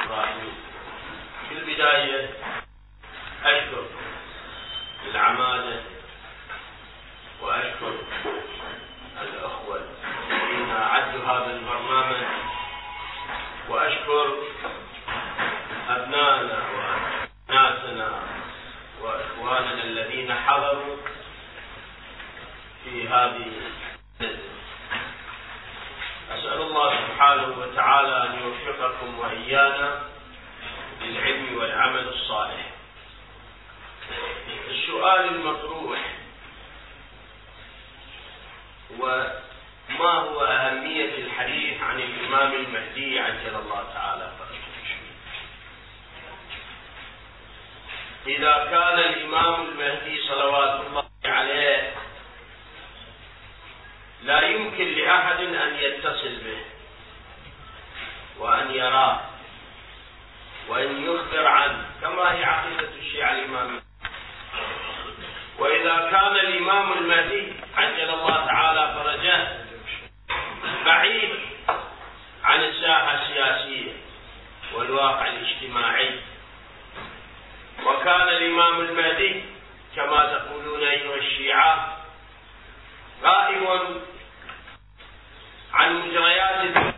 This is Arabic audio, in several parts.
الراحمين. في البداية أشكر العمادة وأشكر الأخوة الذين أعدوا هذا البرنامج، وأشكر أبنائنا وأبناتنا وإخواننا الذين حضروا في هذه الجلسة. أسأل الله سبحانه وتعالى أن يوفقكم وإيانا للعلم والعمل الصالح. السؤال المطروح: وما هو أهمية الحديث عن الإمام المهدي عجل الله تعالى فرجه؟ إذا كان الإمام المهدي صلوات الله عليه لا يمكن لأحد أن يتصل به وأن يراه وأن يخبر عنه، كما هي عقيدة الشيعة الإمامية. وإذا كان الإمام المهدي عجل الله تعالى فرجه بعيد عن الساحة السياسية والواقع الاجتماعي، وكان الإمام المهدي كما تقولون أيها الشيعة غائب عن مجريات الدنيا،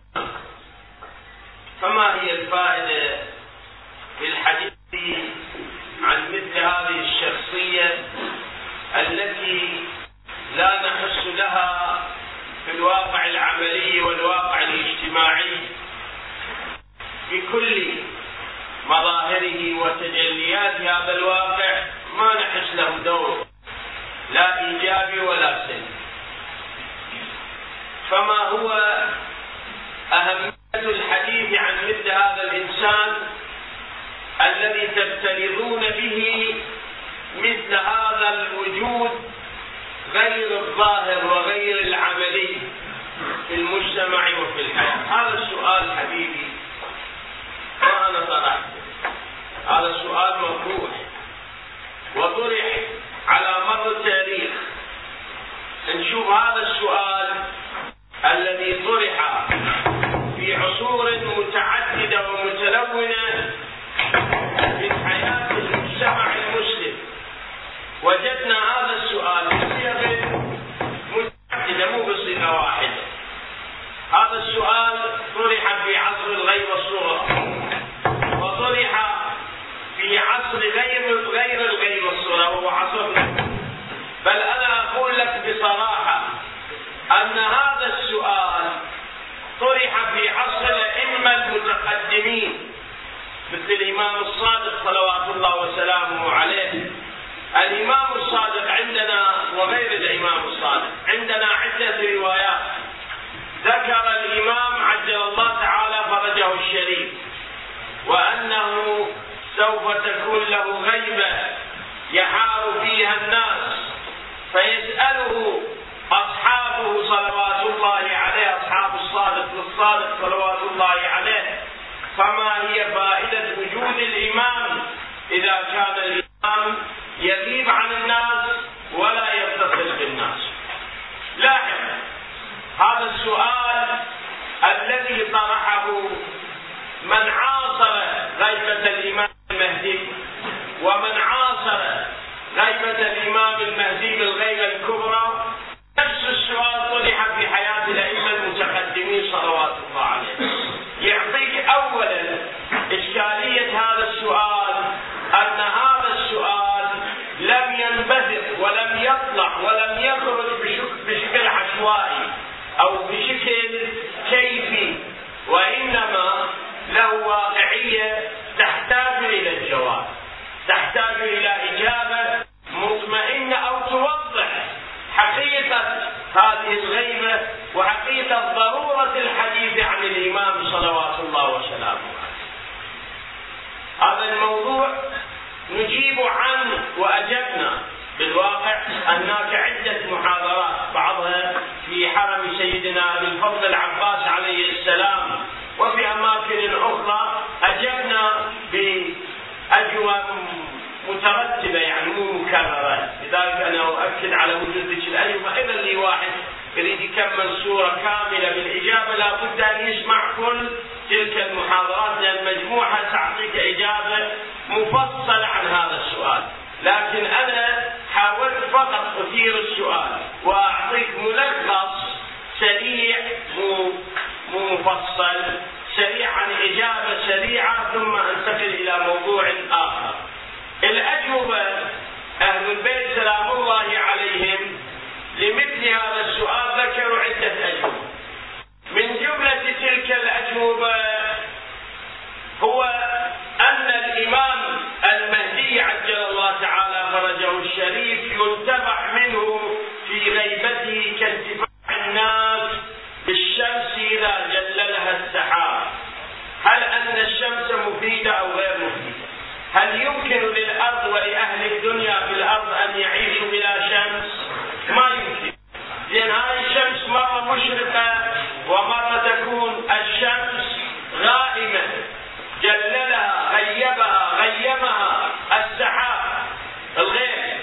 فما هي الفائدة في الحديث عن مثل هذه الشخصية التي لا نحس لها في الواقع العملي والواقع الاجتماعي بكل مظاهره وتجليات هذا الواقع؟ ما نحس له دور لا إيجابي ولا سلبي. فما هو أهمية الحديث عن مثل هذا الإنسان الذي تفترضون به مثل هذا الوجود غير الظاهر وغير العملي في المجتمع وفي الحياة؟ هذا السؤال حبيبي ما أنا طرحته، هذا السؤال مطروح وطرح على مر التاريخ. نشوف هذا السؤال الذي طرح في عصور متعددة ومتلونة من حياة المجتمع المسلم، وجدنا هذا السؤال بصيغ متعددة مو بصيغة واحدة. هذا السؤال طرح في عصر الغيب والصورة، وطرح في عصر غير الغيب والصورة وهو عصرنا. بل أنا أقول لك بصراحة أن هذا السؤال طرح في عصر الأئمة المتقدمين مثل الإمام الصادق صلوات الله وسلامه عليه. الإمام الصادق عندنا وغير الإمام الصادق عندنا عدة روايات ذكر الإمام عجل الله تعالى فرجه الشريف وأنه سوف تكون له غيبة يحار فيها الناس، فيسأله أصحابه صلوات الله عليه، أصحاب الصادق والصادق صلوات الله عليه: فما هي فائدة وجود الإمام إذا كان الإمام يغيب عن الناس ولا يتصل بالناس؟ لاحظ هذا السؤال الذي طرحه من عاصر غيبة الإمام المهدي ومن عاصر غيبة الإمام المهدي بالغيبة الكبرى. نفس السؤال طرح في حياة الأئمة المتقدمين صلوات الله عليهم. يعطيك أولا إشكالية هذا السؤال أن هذا السؤال لم ينبثق ولم يطلع ولم يخرج بشكل عشوائي أو بشكل كيفي، وإنما له واقعية تحتاج إلى الجواب، تحتاج إلى إجابة مطمئنة أو توضح حقيقة هذه الغيبة وحقيقة ضرورة الحديث عن الإمام صلوات الله وسلامه عليه. هذا الموضوع نجيب عنه وأجبنا. بالواقع هناك عدة محاضرات، بعضها في حرم سيدنا أبي الفضل العباس عليه السلام وفي أماكن أخرى أجبنا بأجوبة مترتبة يعني مو مكررة. لذلك أنا أؤكد على وجود ذيك الأجوبة. إذا اللي واحد يريد يكمل صورة كاملة بالإجابة لابد أن يسمع كل تلك المحاضرات، لأن المجموعة سأعطيك إجابة مفصلة عن هذا السؤال، لكن أنا حاولت فقط أثير السؤال وأعطيك ملخص سريع مفصل سريعا، إجابة سريعة ثم أنتقل إلى موضوع آخر. الأجوبة أهل البيت سلام الله عليهم لمثل هذا السؤال ذكروا عدة أجوبة. من جملة تلك الأجوبة هو أن الإمام المهدي عجل الله تعالى فرجه الشريف ينتفع منه في غيبته كانتفاع الناس بالشمس إذا جللها السحاب. هل أن الشمس مفيدة أو غير مفيدة؟ هل يمكن للأرض ولأهل الدنيا في الأرض أن يعيشوا بلا شمس؟ ما يمكن، لأن هذه الشمس مرة مشرقة ومرة تكون الشمس غائمة، جللها غيمها السحاب الغيم.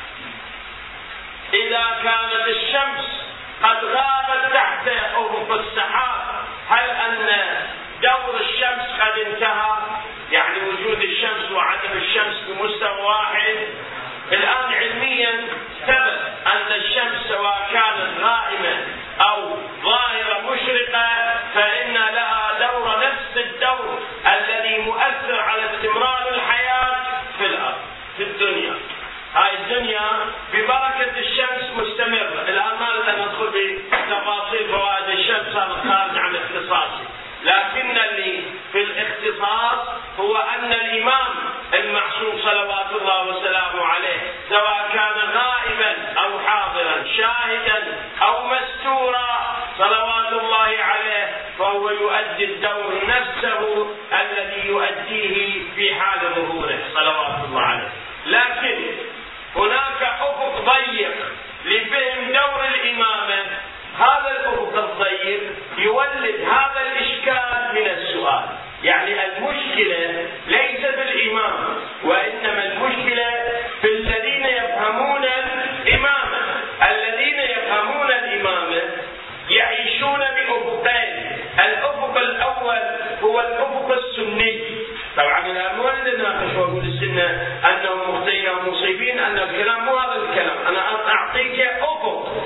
إذا كانت الشمس قد غابت تحت أفق السحاب، هل أن دور الشمس قد انتهى؟ يعني وجود الشمس وعدم الشمس بمستوى واحد؟ الآن علميا ثبت أن الشمس سواء كانت غائمة أو ظاهرة مشرقة فإن لها دور نفس الدور الذي مؤثر على استمرار الحياة في الأرض في الدنيا. هاي الدنيا ببركة الشمس مستمرة. الآن ما نقدر ندخل بتفاصيل فوائد الشمس، هذا خارج عن اختصاصي، لكن اللي في الاختصاص هو أن الإمام المعصوم صلوات الله وسلامه عليه سواء كان غائبا أو حاضرا، شاهدا أو مستورا صلوات الله عليه، فهو يؤدي الدور نفسه الذي يؤديه في حال ظهوره صلوات الله عليه. لكن هناك أفق ضيق لفهم دور الإمامة. هذا الأفق الضيق يولد هذا الإشكال من السؤال. يعني المشكلة ليس بالإمام، وإنما المشكلة في الذين يفهمون الإمامة. الذين يفهمون الإمامة يعيشون بأفقين. الأفق الأول هو الأفق السني. طبعا الآن مو نناقش وأقول السنة أنهم مخطئين أو مصيبين، أن الكلام مو هذا الكلام. أنا أعطيك أفق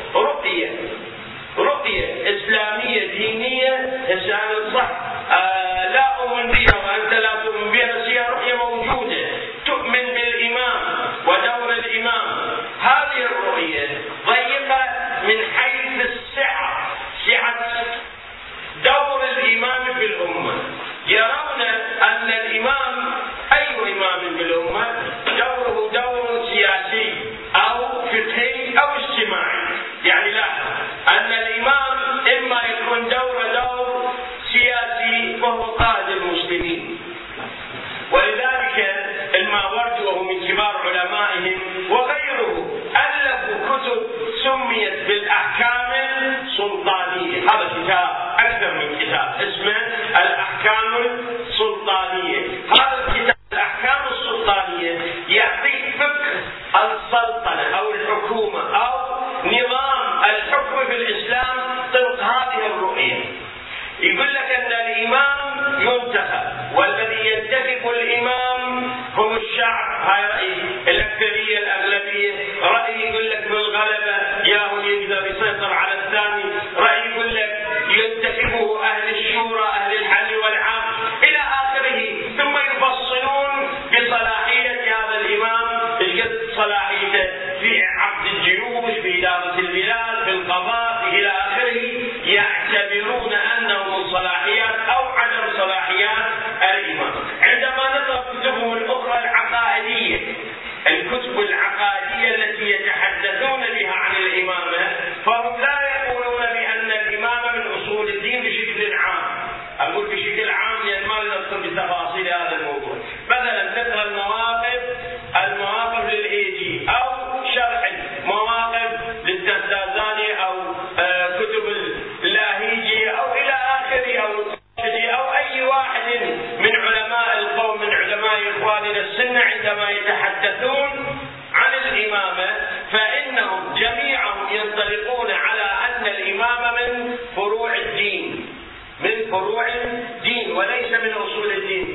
رؤية إسلامية دينية إنسان صح لا أؤمن بها وأنت لا تؤمن بها، بس هي رؤية موجودة تؤمن بالإمام ودور الإمام. هذه الرؤية ضيقة من حيث سعة دور الإمام في الأمة. يرون أن الإمام أي إمام بالأمة دوره دور سياسي أو فقهي أو اجتماعي. يعني لا، أن الإمام إما يكون دور سياسي وهو قائد المسلمين. ولذلك الماوردي وهو من كبار علمائهم وغيره ألفوا كتب سميت بالأحكام السلطانية. هذا كتاب أكثر من كتاب اسمه الأحكام السلطانية. هذا الكتاب الأحكام السلطانية يعطيك فقه السلطنة أو الحكومة أو نظام الحكم في الإسلام طبق هذه الرؤية. يقول لك أن الإمام ينتخب، والذي ينتخب الإمام هم الشعب. هاي رأي الأكثرية الأغلبية. رأي يقول لك بالغلبة ياهو يقدر يسيطر على الثاني. رأي يقول لك ينتخبه أهل الشورى أهل الحل والعقد إلى آخره. ثم يفصلون بصلاحية هذا الإمام، صلاحيته في عقد الجيوش، في إدارة البلاد، في القضاء إلى آخره. يعتبرون أنه من صلاحيات أو عدم صلاحيات الإمام. عندما نقرأ كتبهم الأخرى العقائدية، الكتب العقائدية التي يتحدثون بها عن الإمامة، فهم لا يقولون بأن الإمامة من أصول الدين بشكل عام. أقول بشكل عام لأن ما ندخل بتفاصيل هذا الموضوع. مثلا نقرأ المواقف للإيجي أو شرح مواقف للدستازاني أو كتب اللاهيجي أو إلى آخره أو أي واحد من علماء القوم من علماء إخواننا السنة عندما يتحدثون عن الإمامة فإنهم جميعهم ينطلقون على أن الإمامة من فروع الدين وليس من أصول الدين.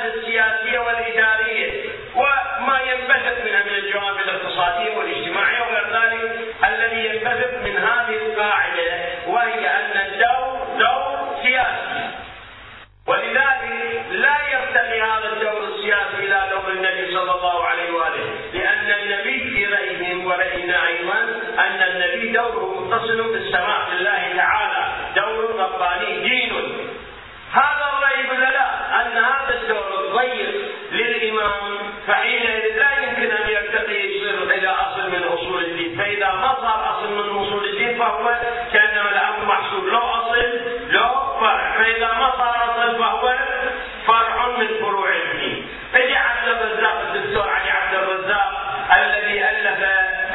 القيادة السياسية والإدارية وما ينبثق منها من الجوانب الاقتصادية والاجتماعية وغير ذلك الذي ينبثق من هذه القاعدة، وهي أن الدور دور سياسي، ولذلك لا يرتقي هذا الدور السياسي إلى دور النبي صلى الله عليه وآله، لأن النبي في رأيهم ورأينا أيضا أن النبي دوره متصل بالسماع بالله تعالى، دور رباني دين. هذا الرأي يقول لا، أن هذا الدور الضيق للإمام فحينئذ لا يمكن أن يرتقي يصير إلى أصل من أصول الدين، فإذا ما صار أصل من أصول الدين فهو كأنما الأمر محسوب لو أصل لو فرع، فإذا ما صار أصل فهو فرع من فروع الدين. فجاء عبد الرزاق الدكتور علي عبد الرزاق الذي ألف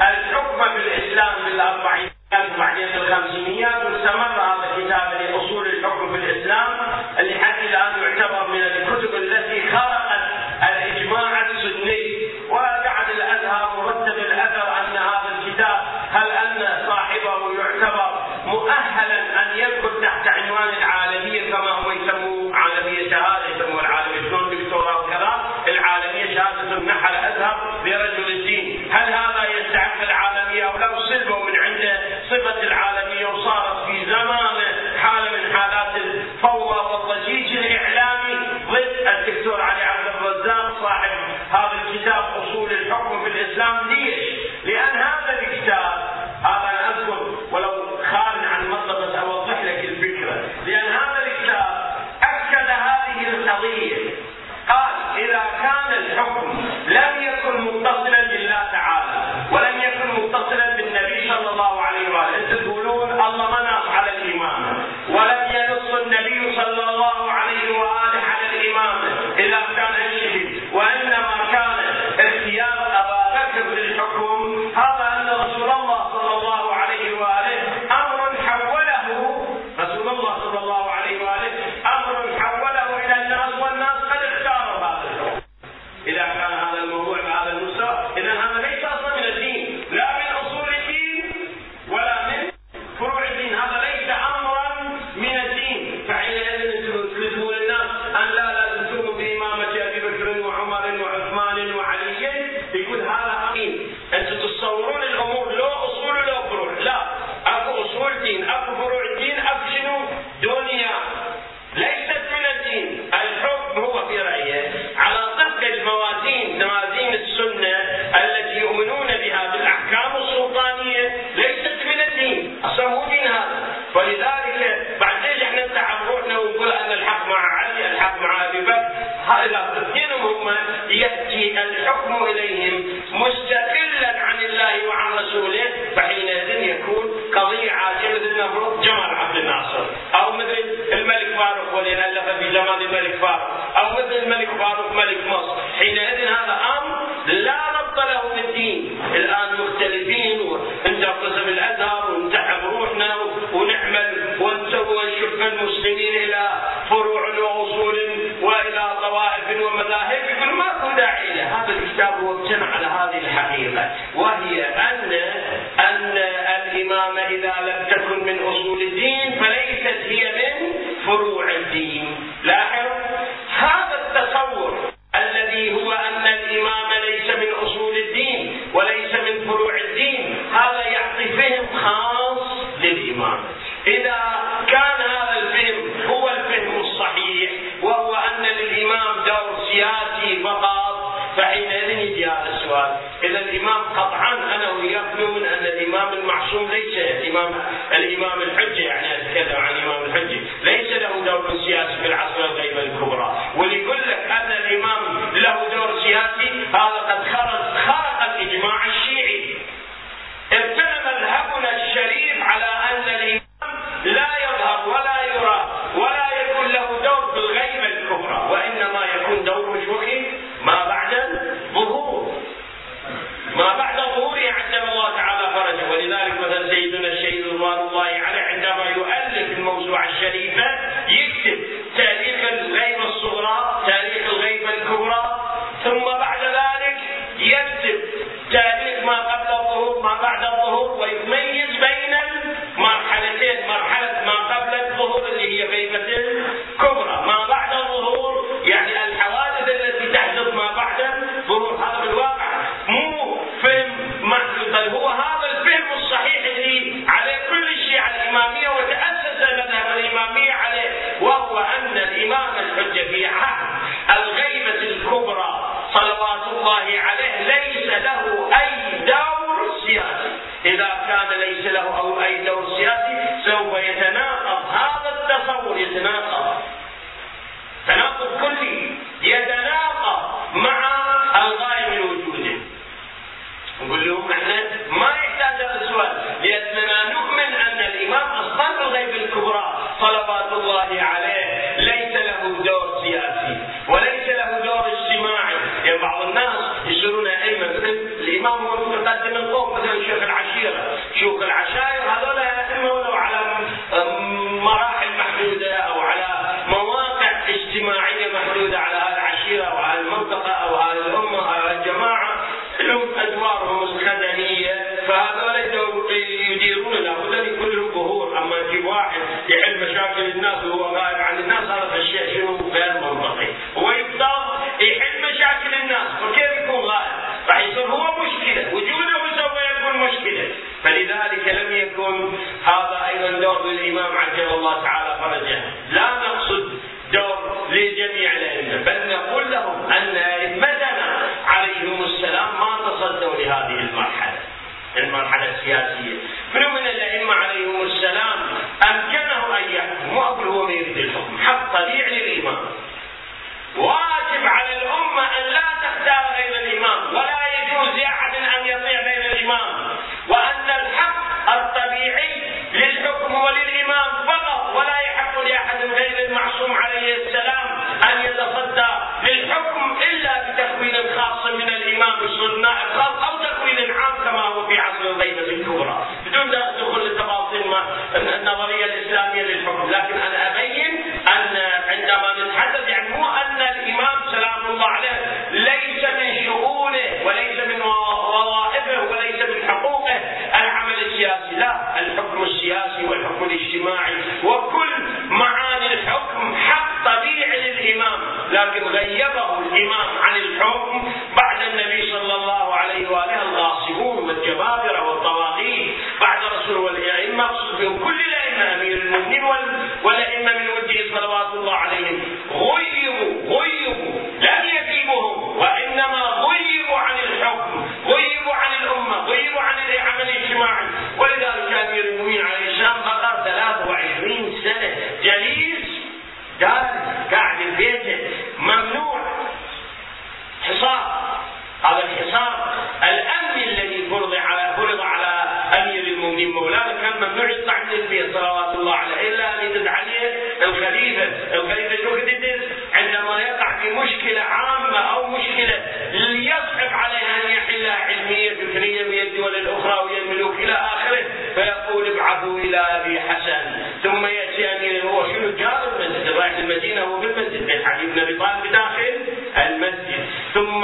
الحكم بالإسلام بالأربعينات وبعدين بالخمسينيات، واستمر هذا الكتاب لأصول الحكم بالإسلام اللي حتى الآن يعتبر من الكتب التي خرقت الإجماع السني، وقعد الأزهر مرتب الأثر أن هذا الكتاب هل أن صاحبه يعتبر مؤهلا أن يدخل تحت عنوان العالمية كما هو يسموه عالمية شهادة، يسموه العالمية شلون دكتوراه وكذا، العالمية شهادة منحة الأزهر برجل الدين، هل هذا يستحق العالمية أو لو سلبوا من عنده صفة العالمية وصارت في زمانه حالة من حالات الفوضى والضجيج الإعلامي ضد الدكتور علي عبد الرزاق صاحب هذا الكتاب أصول الحكم في الإسلام. ليش؟ لأن هذا الكتاب، هذا أنا أذكر ولو خارج عن مطلب بس أوضح لك الفكرة، لأن هذا الكتاب أكد هذه القضية، قال إذا كان الحكم لم يكن متصلا بالله تعالى ولم يكن متصلا بالنبي صلى الله عليه وآله، أنتم تقولون الله منص على الإمامة ولم ينص النبي صلى الله عليه وآله على الإمامة إذا كان الشهيد، وإنما كان اختيار أبا بكر للحكم، هذا أن رسول الله صلى الله عليه وآله أمر حوله، رسول الله صلى الله عليه وآله أمر حوله إلى الناس والناس قد اختاروا هذا الحكم. إذا كان هذا الموضوع بهذا المستوى إذا هذا ليس أصلا من الدين، لا من أصول الدين ولا من فروع الدين، هذا ليس أمرا من الدين. فحينئذ تقول الناس أن لا تؤمنوا بإمامة أبي بكر وعمر وعثمان وعلي، يقول هذا دين. أنتم تتصورون الأمور لو أصول لو فروع، لا، أكو أصول دين أكو فروع الدين أكو شنو دنيا ليست من الدين. الحكم هو في رأيه على طبق موازين السنة التي يؤمنون بها بالأحكام السلطانية، ليست من الدين، أصلا مو دين هذا. فلذلك بعد ايش احنا نتعب روحنا ونقول أن الحق مع علي الحق مع أبي بكر، هذا دينهم هم يأتي الحكم إليهم مستقلا عن الله وعن رسوله، فحينئذ يكون قضية عاجلة مثل نفرض جمال عبد الناصر أو مثل الملك فاروق والذي ألف في زمان الملك فاروق أو مثل الملك فاروق ملك مصر، حينئذ هذا أمر لا ربط له بالدين. الآن مختلفين وانت قسم الأزهر ونتعب روحنا ونعمل ونسوي ونشوف المسلمين إلى فروع وأصول وإلى طوائف ومذاهب، يقول ما داعي له. هذا الكتاب هو ابتنى على هذه الحقيقة، وهي أن الإمامة إذا لم تكن من أصول الدين فليست هي من فروع الدين. لاحظ هذا التصور الذي هو أن الإمامة ليس من أصول الدين وليس من فروع الدين، هذا يعطي فهم خاص للإمامة. إذا كان هذا الفهم هو الفهم الصحيح وهو أن للإمام دور سياسي فقط، فحينئذ يجي هذا السؤال. إذا الإمام قطعا أنا ويقولون أن الإمام المعصوم ليس الإمام الحجة، يعني أتكلم عن الإمام الحجة، ليس له دور سياسي في العصر الغيبة الكبرى. واللي يقول لك أن الإمام له دور سياسي هذا قد خرق الإجماع الشيعي. ابتنى مذهبنا الشريف على أن الإمام لا يظهر ولا يرى ولا يكون له دور في الغيبة الكبرى، وإنما يكون دور مشروعي ما بعد الظهور، ما بعد الظهور يعلم الله تعالى فرجه. ولذلك مثلا سيدنا الشهيد رضوان الله عليه عندما يؤلف الموسوعة الشريفة يكتب تاريخ الغيبة الصغرى، تاريخ الغيبة الكبرى، صلوات الله عليه ليس له أي دور سياسي. إذا كان ليس له أو أي دور سياسي سوف يتناقض هذا التصور، يتناقض تناقض كلي، يتناقض مع الغاية من وجوده. نقول لهم احنا ما يحتاج هذا السؤال، لأننا نؤمن أن الإمام أصلا بالغيب الكبرى صلوات الله عليه ليس له دور سياسي وليس له دور اجتماعي. يعني بعض الناس يصيرون أئمة، مثل الإمام هو متقدم القوم، مثل شيخ العشيرة، شيوخ العشائر، هذول أئمة ولو على مراحل محدودة أو على مواقع اجتماعية محدودة على هذه العشيرة أو هذه المنطقة أو هذه الأمة أو هذه الجماعة، لهم أدوارهم الخدمية، فهذول يديرون لابد يكون لهم ظهور. أما يجيب واحد يحل مشاكل الناس وهو غائب عن الناس، هذا الشيء شنو غير منطقي. هو يفترض يحل مشاكل الناس، فكيف يكون غائب؟ راح يصير هو مشكلة، وجوده سوف يكون مشكلة. فلذلك لم يكن هذا أيضا دور للإمام عجل الله تعالى فرجه. لا نقصد دور لجميع الأئمة، بل نقول لهم أن أئمتنا عليهم السلام ما تصدوا لهذه المرحلة السياسية. من الأئمة عليهم السلام أمكنه أن يحكم، مو أقول هو ما يريد الحكم، حق طبيعي للإمام. واجب على الأمة أن لا تختار غير الإمام، ولا يجوز لأحد أن يطيع غير الإمام، وأن الحق الطبيعي للحكم وللإمام فقط، ولا يحق لأحد غير المعصوم عليه السلام أن يتصدى للحكم إلا بتكوين خاص من الإمام السنة خاص، أو تكوين عام كما هو في عصر الغيبة الكبرى، بدون دخول التفاصيل النظرية الإسلامية للحكم. لكن أنا أبين أن عندما نتحدث يعني مو أن الإمام سلام الله عليه ليس من شؤونه وليس من وظائفه وليس من حقوقه العمل السياسي، لا، الحكم السياسي والحكم الاجتماعي وكل معاني الحكم حق طبيعي للإمام، لكن غيبه الإمام عن الحكم بعد النبي صلى الله عليه وآله الغاصبون والجبابرة والطواغيت بعد رسول والأئمة، أقصد بهم كل الأئمة، أمير المؤمنين والأئمة من وجهه صلوات الله عليهم، غيبوا لم يجيبهم، وإنما غيبوا عن الحكم، غيبوا عن الأمة، غيبوا عن العمل الاجتماعي. ولذلك أمير المؤمنين عليه السلام بقى 23 سنة جليس قاعد في بيته ممنوع، حصار. هذا الحصار الأمن الذي فرض على أمير المؤمنين مولانا كان ممنوع يطلع من البيت صلوات الله عليه إلا أن يدز عليه الخليفة شو يدز عندما يقع في مشكلة عامة أو مشكلة يصعب عليه أن يحلها علمية فكرية من الدول الأخرى ويا الملوك إلى آخره، فيقول ابعثوا إلى أبي حسن، ثم يأتي أمير، هو شنو جار المسجد، رايح المدينة هو بالمسجد، بيت علي بن أبي طالب داخل المسجد، ثم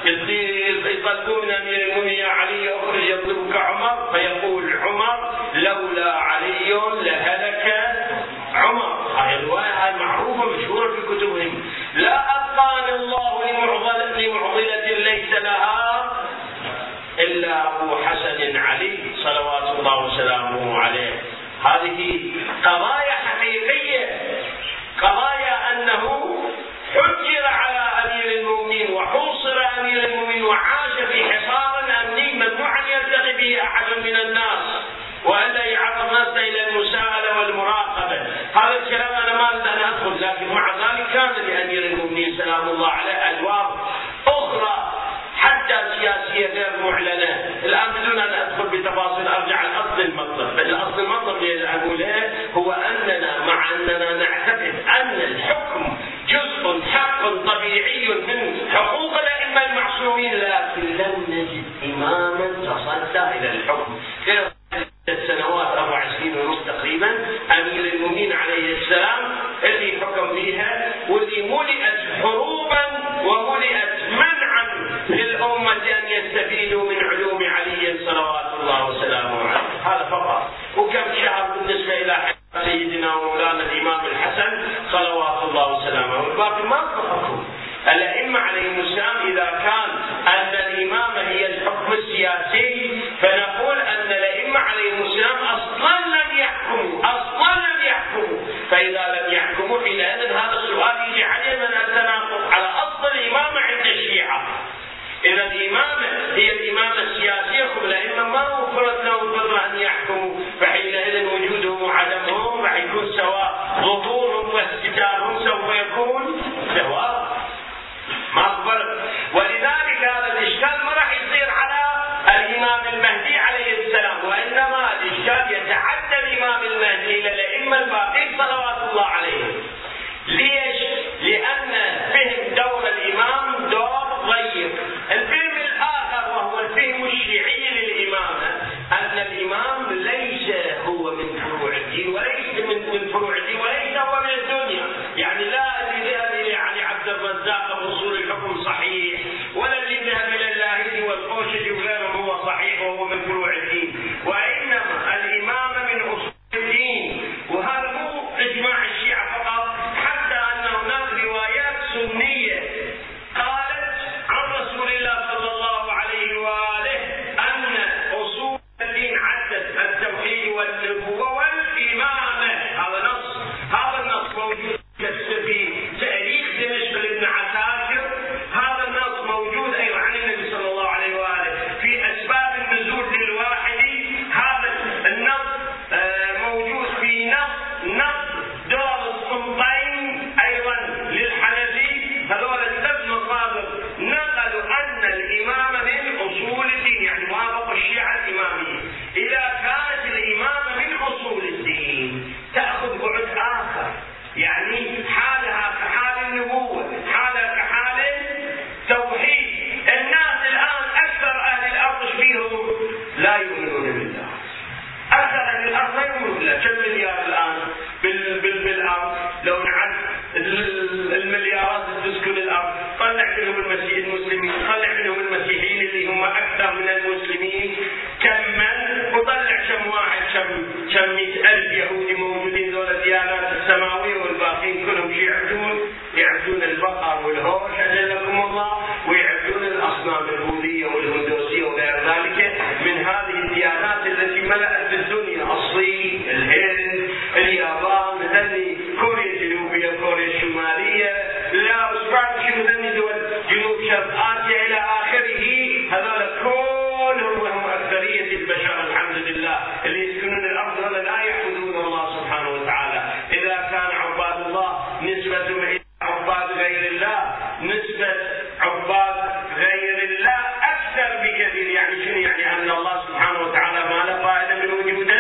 يطلبون من أمير المؤمنين يا علي أخرج يطلبك عمر، فيقول عمر لولا علي لهلك عمر. هذه الرواية معروفة مشهورة في كتبهم. لا أبقاني الله لمعضلة ليس لها إلا أبو حسن علي صلوات الله وسلامه عليه. هذه قضايا حقيقية، قضايا أنه حجر على أمير المؤمنين وحوصر أمير المؤمنين وعاش في حصار أمني ممنوع أن يلتقي به أحد من الناس، وألا يعرض الناس إلى المساءلة والمراقبة. هذا الكلام أنا ما أريد أن أدخل، لكن مع ذلك كان لأمير المؤمنين سلام الله عليه أدوار أخرى حتى سياسية غير معلنة. الآن بدون أن أدخل بتفاصيل أرجع الأصل المطلب. الأصل المطلب اللي أقوله هو أننا مع أننا نعتقد أن الحكم جزء حق طبيعي من حقوق الأئمة المعصومين، لكن لم نجد إماما تصدى إلى الحكم. السنوات 4 سنين ونص تقريبا أمير المؤمنين عليه السلام اللي حكم فيها واللي ملئت حروبا وملئت منعا للأمة أن يستفيدوا من علوم علي صلوات الله وسلامه عليه. هذا فقط. وكم شهر بالنسبة إلى سيدنا ومولانا الإمام الحسن صلوات الله وسلامه، والباقي ما حكم. الأئمة عليهم السلام إذا كان أن الإمامة هي الحكم السياسي، فنقول أن الأئمة عليهم السلام أصلا لم يحكموا، فإذا لم يحكموا حينئذ هذا السؤال يجي عليه من التناقض على أصل الإمامة عند الشيعة. عد الإمام المهدي إلى الأئمة الباقين صلوات الله عليهم. ليش؟ لأن فهم دور الإمام دور ضيق. الفهم الآخر وهو الفهم الشيعي للإمامة أن الإمام ليس هو من فروع الدين وليس من فروع الدين وليس هو من الدنيا. يعني لا اللي ذهب إلى علي عبد الرزاق بأصول الحكم صحيح، ولا اللي ذهب إلى اللاهي والقوشجي وغيرهم هو صحيح وهو من فروع الدين، وإنما الإمامة من أصول الدين. وهذا مو إجماع الشيعة فقط، حتى أن هناك روايات سنية قالت عن رسول الله صلى الله عليه وآله أن أصول الدين عدت التوحيد والنبوة والإمامة. هذا النص موجود في تاريخ دمشق لابن عساكر. هذا النص موجود أيضا عن النبي صلى الله عليه وآله في أسباب النزول للواحدي. هذا النص موجود في نص دور السلطين أيضا للحنفي. هذول الثلاث مصادر نقلوا أن الإمامة من أصول الدين، يعني وافقوا الشيعة الإمامية. إذا كانت الإمامة من أصول الدين تأخذ بعد آخر، يعني حالها كحال النبوة، حالها كحال التوحيد. الناس الآن أكثر أهل الأرض فيهم لا يؤمنون بالله. أكثر أهل الأرض لا يؤمنون بالله. كم مليار الآن بالأرض؟ لو نعد المليارات اللي تسكن الأرض، طلع منهم المسلمين، طلع منهم المسيحيين اللي هم أكثر من المسلمين كماً، وطلع كم واحد كم 100,000 يهودي موجودين ذول الديانات السماوية، والباقين كلهم يعبدون البقر والهوش أجلكم الله، ويعبدون الأصنام البوذية والهندوسية وغير ذلك من هذه الديانات التي ملأت الدنيا. الصين، الهند، اليابان، مثل كوريا الجنوبية، كوريا الشمالية، لا أسبوع شنو دول جنوب شرق آسيا إلى آخره. هذول كلهم وهم أكثرية البشر الحمد لله اللي يسكنون الأرض ولا لا يعبدون الله سبحانه وتعالى. إذا كان عباد الله نسبتهم إلى عباد غير الله، نسبة عباد غير الله أكثر بكثير. يعني شنو؟ يعني أن الله سبحانه وتعالى ما له فائدة من وجوده.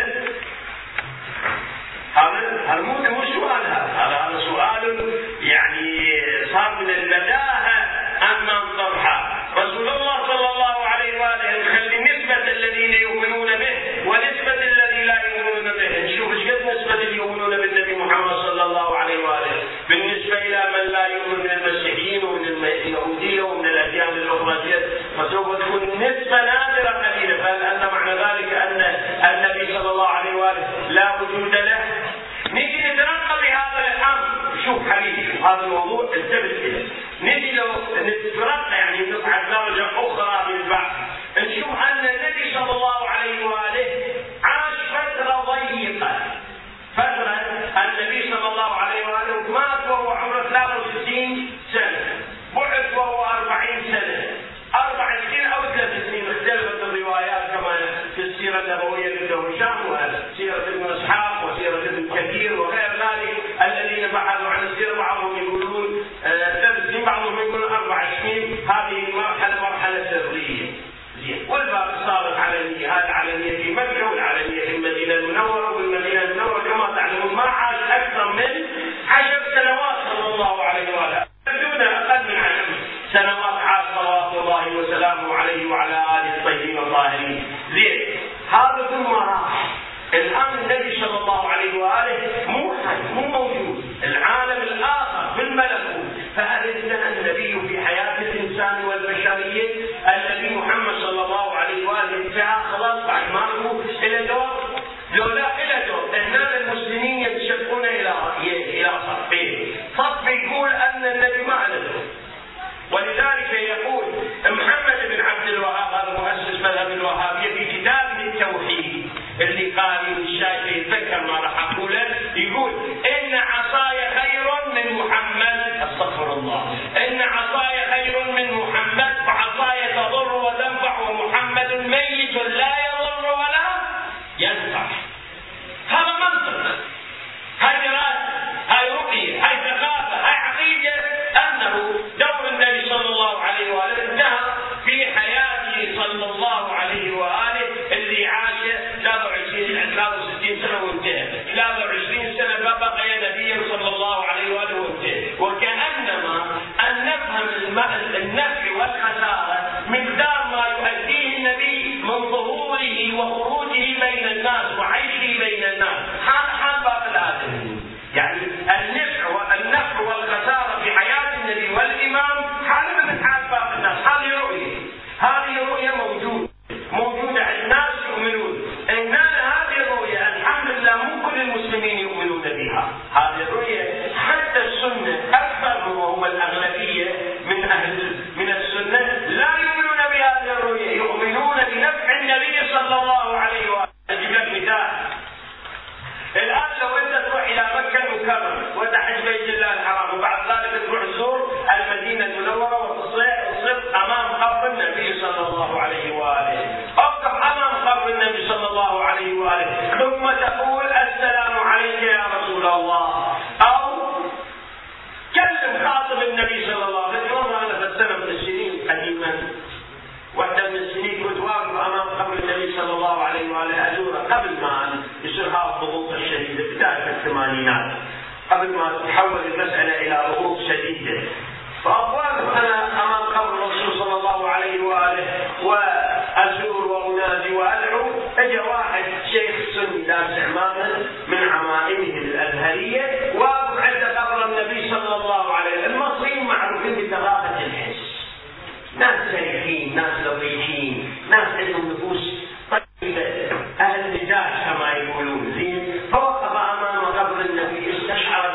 هذا مو سؤال، هذا سؤال يعني صار من البداهة أما نطرحه. رسول الله صلى الله عليه وآله نخلي نسبة الذين يؤمنون به ونسبة الذي لا يؤمنون به. نشوف ايش قد نسبة اللي يؤمنون بالنبي محمد صلى الله عليه وآله بالنسبة إلى من لا يؤمن من المسيحيين ومن اليهودية ومن الأديان الأخرى، فسوف تكون نسبة نادرة قليلة. فهل أن معنى ذلك أن النبي صلى الله عليه وآله لا وجود له؟ نجي نترقى بهذا الأمر. شوف حبيبي، هذا الموضوع التبت كده. نجي لو نترقى يعني نصعد درجة أخرى بالبعث، نشوف أن النبي صلى الله عليه وآله عاش فترة ضيقة. فترة النبي صلى الله عليه وآله مات وهو عمره 63 سنة، بعث وهو 40 سنة، 4 سنين أو 3 سنين، اختلفت الروايات كما في السيرة النبوية لابن هشام وسيرة ابن إسحاق وسيرة ابن كثير وغير ذلك الذين بحثوا عن السيرة. بعضهم يقولون 3 سنين، بعضهم يقولون 4 سنين. هذه مرحلة سرية. والباقي صارت علنية. هذه العلنية في مكة والعلنية في المدينة المنورة، والمدينة المنورة كما تعلمون ما عاش أكثر من 10 سنوات صلى الله عليه وآله، دون أقل من 10 سنوات عاش صلوات الله وسلامه عليه وعلى آله الطيبين الطاهرين. زين، هذا ثم راح. الآن النبي صلى الله عليه وآله مو موجود، العالم الآخر في الملكوت. فأرثنا النبي في حياة الإنسان والبشرية. النبي محمد صلى الله عليه وآله انتهى خلاص بعد ما له إلى دور، لو لا إلى دور. هنا المسلمين يتشقون إلى صفين. صف يقول أن النبي ما له دور، ولذلك يقول محمد بن عبد الوهاب، هذا مؤسس مذهب الوهابية، في كتابه التوحيد اللي قارئ الشافعي يتذكر ما راح أقوله، يقول إن عصاي خير من محمد، استغفر الله، إن عصاي خير من محمد، فعصاي تضر وتنفع ومحمد ميت لا يضر ولا ينفع. هذا منطق، هاي دراسة، هاي رؤية، هاي ثقافة، هاي عقيدة، أنه دور النبي صلى الله عليه وآله انتهى في حياته صلى الله عليه وآله اللي عاش 63 النفع والخسارة مقدار ما يؤديه النبي من ظهوره وخروجه بين الناس وعيشه بين الناس. هذا حال باقي الآدمين، يعني النفع والخسارة في حياة النبي والإمام حال من حال باقي الناس. هذه رؤية موجودة عند الناس يؤمنون. إن هذه الرؤية الحمد لله مو كل المسلمين يؤمنون بها. هذه الرؤية حتى السنة أكثر وهم الأغلبية من السنة لا يؤمنون بهذه الرؤية، يؤمنون بنفع النبي صلى الله عليه وآله. أجيب لك مثال. الآن لو أنت تروح إلى مكة المكرمة وتحج بيت الله الحرام وبعد ذلك تروح تزور المدينة المنورة وتصير أمام قبر النبي صلى الله عليه وآله، أوقف أمام قبر النبي صلى الله عليه وآله ثم تقول السلام عليك يا رسول الله، أو كلم خاطب النبي صلى الله عليه وسلم. مرة أنا في السنة من السنين قديما، واحدة من السنين كنت واقف أمام قبر النبي صلى الله عليه وآله أزوره قبل ما يصير هذا الضغوط الشديدة بداية الثمانينات، قبل ما تتحول المسألة إلى ضغوط شديدة. فأواقف أنا أمام قبر الرسول صلى الله عليه وآله وأزور وأنادي وأدعو. أجا واحد شيخ سني لابس عمامة من عمائمه الأزهرية واقف عند قبر النبي صلى الله عليه وسلم. المصريين معروفين بثقافة الحس، ناس سريحين، ناس لطيفين، ناس عندهم نفوس طيبة، أهل مزاج كما يقولون زين. فوقف أمام قبر النبي استشعر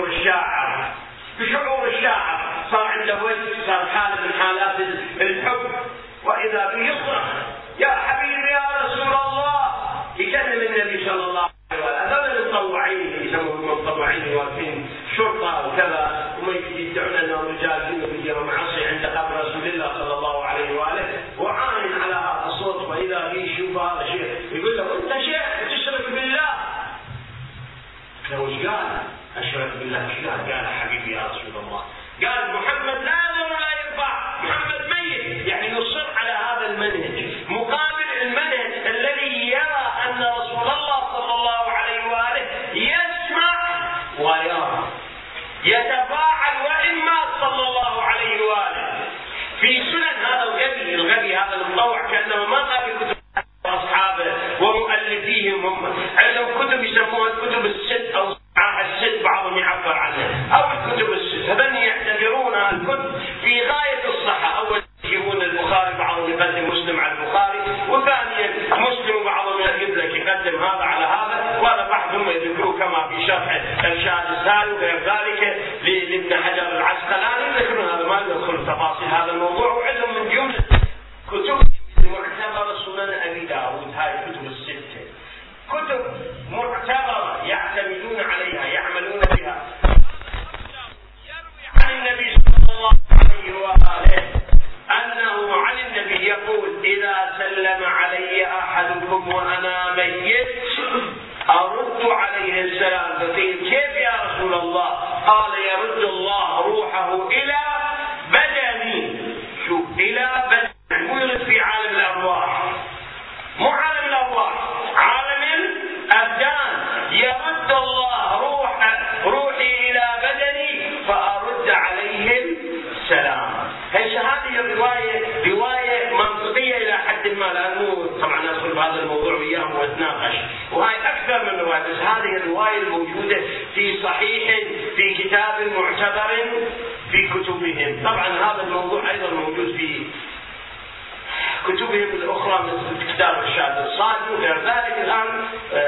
بشعور الشاعر، صار عنده وجه، صار حالة من حالات الحب، وإذا به يصرخ يا حبيبي يا رسول الله، يكلم النبي صلى الله عليه وسلم. هذول المتطوعين يسموهم المتطوعين واقفين شرطة وكذا وما يدعون أنهم رجال دين وبيدهم عصي عند قبر رسول الله صلى الله عليه وآله، وعاين على هذا الصوت، وإذا به يشوف هذا شيخ يقول له أنت شيخ تشرك بالله. لو ايش قال؟ أشرك بالله. ايش قال حبيبي يا رسول الله؟ قال محمد لا يضر ولا ينفع، محمد ميت. يعني يصر على هذا المنهج مقابل المنهج الذي يرى أن رسول الله صلى الله عليه وآله يسمع ويرى، يتفاعل وإن مات صلى الله عليه وآله. في سنن هذا الغبي هذا المطوع كأنه ما قال كتب أصحابه ومؤلفيهم، هم عندهم كتب يسموها الكتب الست أو الست، بعضهم يعبر عنها، أو الكتب الست. هذين يعتبرونها الكتب في غاية الصحة. أول يجيبون البخاري، بعضهم يقدم مسلم على البخاري، وثانيا مسلم وبعضهم يقدم هذا على هذا، وهذا بعضهم يذكروه كما في شرح إرشاد السالك وغير ذلك لابن حجر العسقلاني، يذكرون هذا. ما ندخل في تفاصيل هذا الموضوع. وعندهم من جملة كتب معتبرة سنن أبي داود، هاي الكتب الستة كتب معتبرة يعتمدون عليها يعملون بها. يروي عن النبي صلى الله عليه وآله أنه عن النبي يقول إذا سلم علي أحدكم وأنا ميت أرد عليه السلام. فقيل كيف يا رسول الله؟ قال يرد الله روحه إلى بدني. شوف، إلى بدني، مو يرد في عالم الأرواح، مو عالم الأرواح، عالم الأبدان. يرد الله روحي إلى بدني فأرد عليه السلام. هذه رواية منطقية إلى حد ما، لأنه طبعا ندخل بهذا الموضوع وياهم ونتناقش، وهي أكثر من رواية. بس هذه الرواية الموجودة في صحيح في كتاب معتبر في كتبهم. طبعا هذا الموضوع أيضا موجود في كتبهم الأخرى مثل كتاب إرشاد السالك وغير ذلك. الآن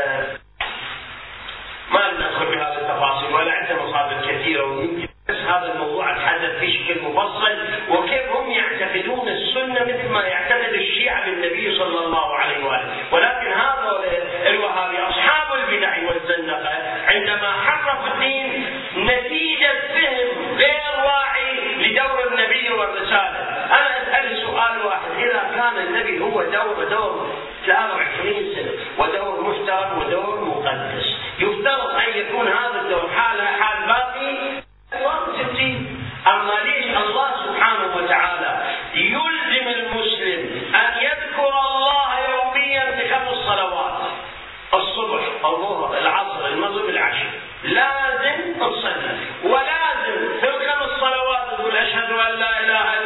ما ندخل بهذه التفاصيل ولا عندنا مصادر كثيرة، ويمكن بس هذا الموضوع أتحدث فيه بشكل مفصل، وكيف هم يعتقدون السنة مثل ما يعتقد الشيعة بالنبي صلى الله عليه وآله. ولكن هذا الوهابي أصحاب البدع والزندقة عندما حرفوا الدين نتيجة فهم غير واعي لدور النبي والرسالة. أنا أسأل سؤال واحد: إذا كان النبي هو دور 23 سنة ودور محترم ودور مقدس، يفترض أن يكون هذا الدور حال باقي 60. أما ليش الله سبحانه وتعالى يلزم المسلم أن يذكر الله يوميا ب5 صلوات: الصبح، الظهر، العصر، المغرب، العشاء، لازم نصلي، ولازم في ال5 صلوات نقول أشهد أن لا إله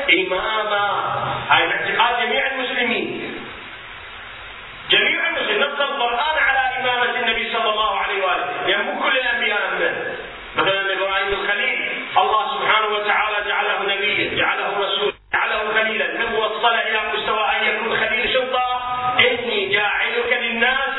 إماما. هاي اعتقاد جميع المسلمين. جميع المسلمين نص القرآن على إمامة النبي صلى الله عليه وآله، يعني مو كل الأنبياء مثلا إبراهيم الخليل الله سبحانه وتعالى جعله نبيا، جعله رسولا، جعله خليلا، من وصل إلى مستوى أن يكون خليل شرطة إني جاعلك للناس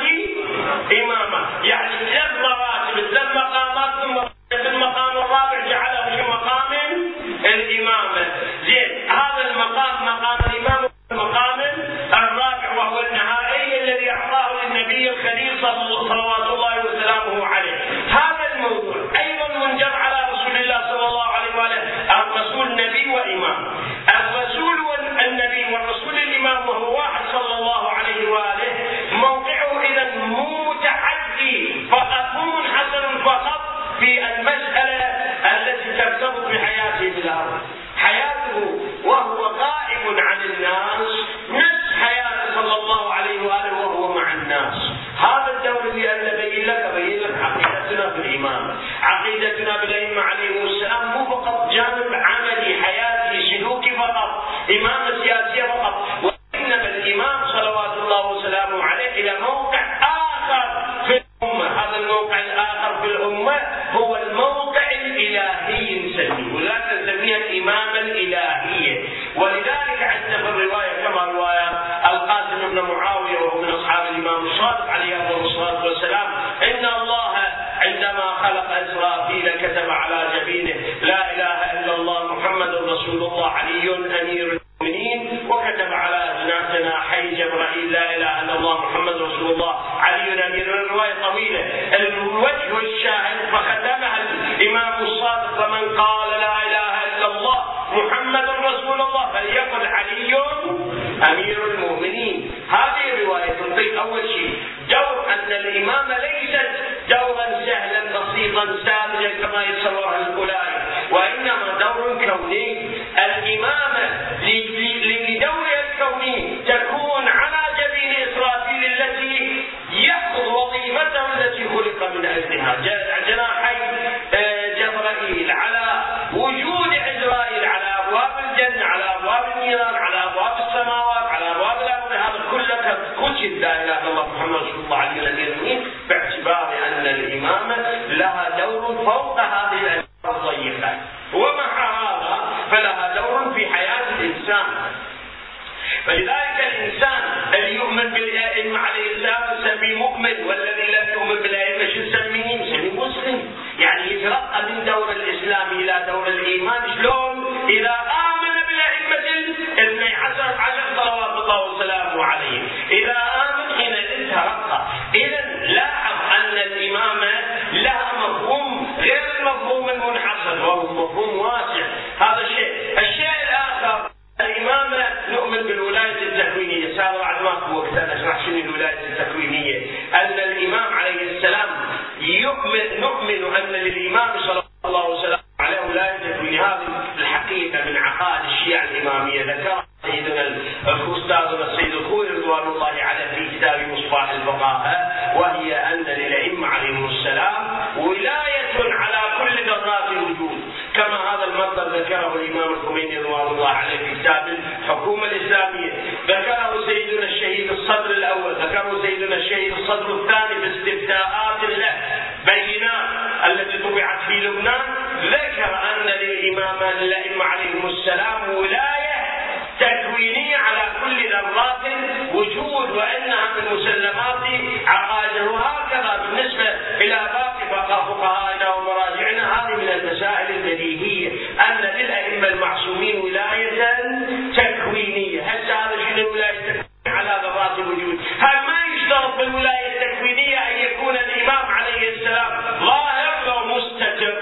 إماما، يعني ثلاث مراتب ثلاث مقامات، ثم في المقام الرابع جعله في مقام الإمامة. زين، هذا المقام مقام الإمامة، المقام الرابع وهو النهائي الذي أعطاه للنبي الخليل صلوات الله وسلامه عليه. هذا الموضوع أيضا منجر على رسول الله صلى الله عليه وآله. الرسول نبي وإمام، الرسول والنبي والرسول الإمام وهو واحد صلى الله عليه وآله. موقعه إذا مو متعدي فقط، مو منحصر فقط في المسألة التي ترتبط بحياته في الأرض. حياته وهو غائب عن الناس نفس حياته صلى الله عليه وآله وهو مع الناس. هذا الدور اللي أنا بين لك عقيدتنا بالإمام، عقيدتنا بالأئمة عليهم السلام مو فقط جانب عملي حياتي سلوكي فقط، إمامة سياسية فقط، وإنما الإمام صلوات الله وسلامه عليه إلى موقع آخر في الأمة. هذا الموقع الآخر في الأمة هو الموقع الإلهي نسميه، ولا نسميها الإمامة الإلهية. ولذلك عندنا في الرواية كما رواية القاسم بن معاوية وهو من أصحاب الإمام الصادق عليه الصلاة والسلام، إن الله عندما خلق إسرافيل كتب على جبينه لا إله إلا الله محمد رسول الله علي أمير المؤمنين، وكتب على جناحي جبرائيل لا إله إلا الله محمد رسول الله علي أمير. الرواية طويلة، الوجه والشاهد فختمها الإمام الصادق، فمن قال لا إله إلا الله محمد رسول الله فليقل علي أمير المؤمنين. هذه الرواية تنطي أول شيء دور أن الإمامة ليست دورا سهلا بسيطا ساذجا كما يتصورها الأولئك، وإنما دور كوني. الإمامة لدورها الكوني تكون على جبين إسرافيل التي يأخذ وظيفته التي خلق من أجلها، جناحي جبرائيل، على وجود عزرائيل على أبواب الجنة، على أبواب النيران، على أبواب السماوات، على أبواب الأرض. هذا كله كتب لا إله إلا الله محمد رسول الله عليه الأمين، باعتبار أن الإمامة لها دور فوق هذه الأشياء الضيقة، ومع هذا فلها دور في حياة الإنسان. فلذلك الإنسان اللي يؤمن بالأئمة عليه السلام نسميه مؤمن، والذي لم يؤمن بالأئمة شو نسميه؟ نسميه مسلم. يعني يترقى من دور الإسلام إلى دور الإيمان. شلون؟ إذا آمن بالأئمة الاثني عشر صلوات الله وسلامه عليه، إذا آمن حينئذ ترقى. إذا لاحظ أن الإمامة لها مفهوم غير المفهوم المنحصر، وهو مفهوم واسع. هذا الشيء. الشيء الآخر، الإمامة نؤمن بالولاية التكوينية. سابق بعد ما في وقتنا نشرح شنو الولاية التكوينية. أن الإمام عليه السلام نؤمن أن للإمام صلى الله عليه وسلم على ولاية تكوينية. هذه الحقيقة من عقائد الشيعة الإمامية ذكرها سيدنا أستاذنا السيد الخوي رضوان الله عليه في كتاب مصباح الفقهاء، وهي أن للأئمة عليهم السلام ولاية على كل ذرات الوجود، كما هذا المصدر ذكره الإمام الخميني رضوان الله عليه في كتاب الحكومة الإسلامية، ذكره سيدنا الشهيد الصدر الأول، ذكره سيدنا الشهيد الصدر الثاني باستفتاءات له بينات التي طبعت في لبنان، ذكر أن للأئمة عليهم السلام ولاية تكوينية على كل ذرات وجود، وأنها من مسلمات عقائده. وهكذا بالنسبة إلى باقي فقهائنا ومراجعنا، هذه من المسائل البديهية أن للأئمة المعصومين ولاية تكوينية. هل هذا شنو الولاية التكوينية على ذرات الوجود؟ هل ما يشترط بالولاية التكوينية أن يكون الإمام عليه السلام ظاهر أو مستتر؟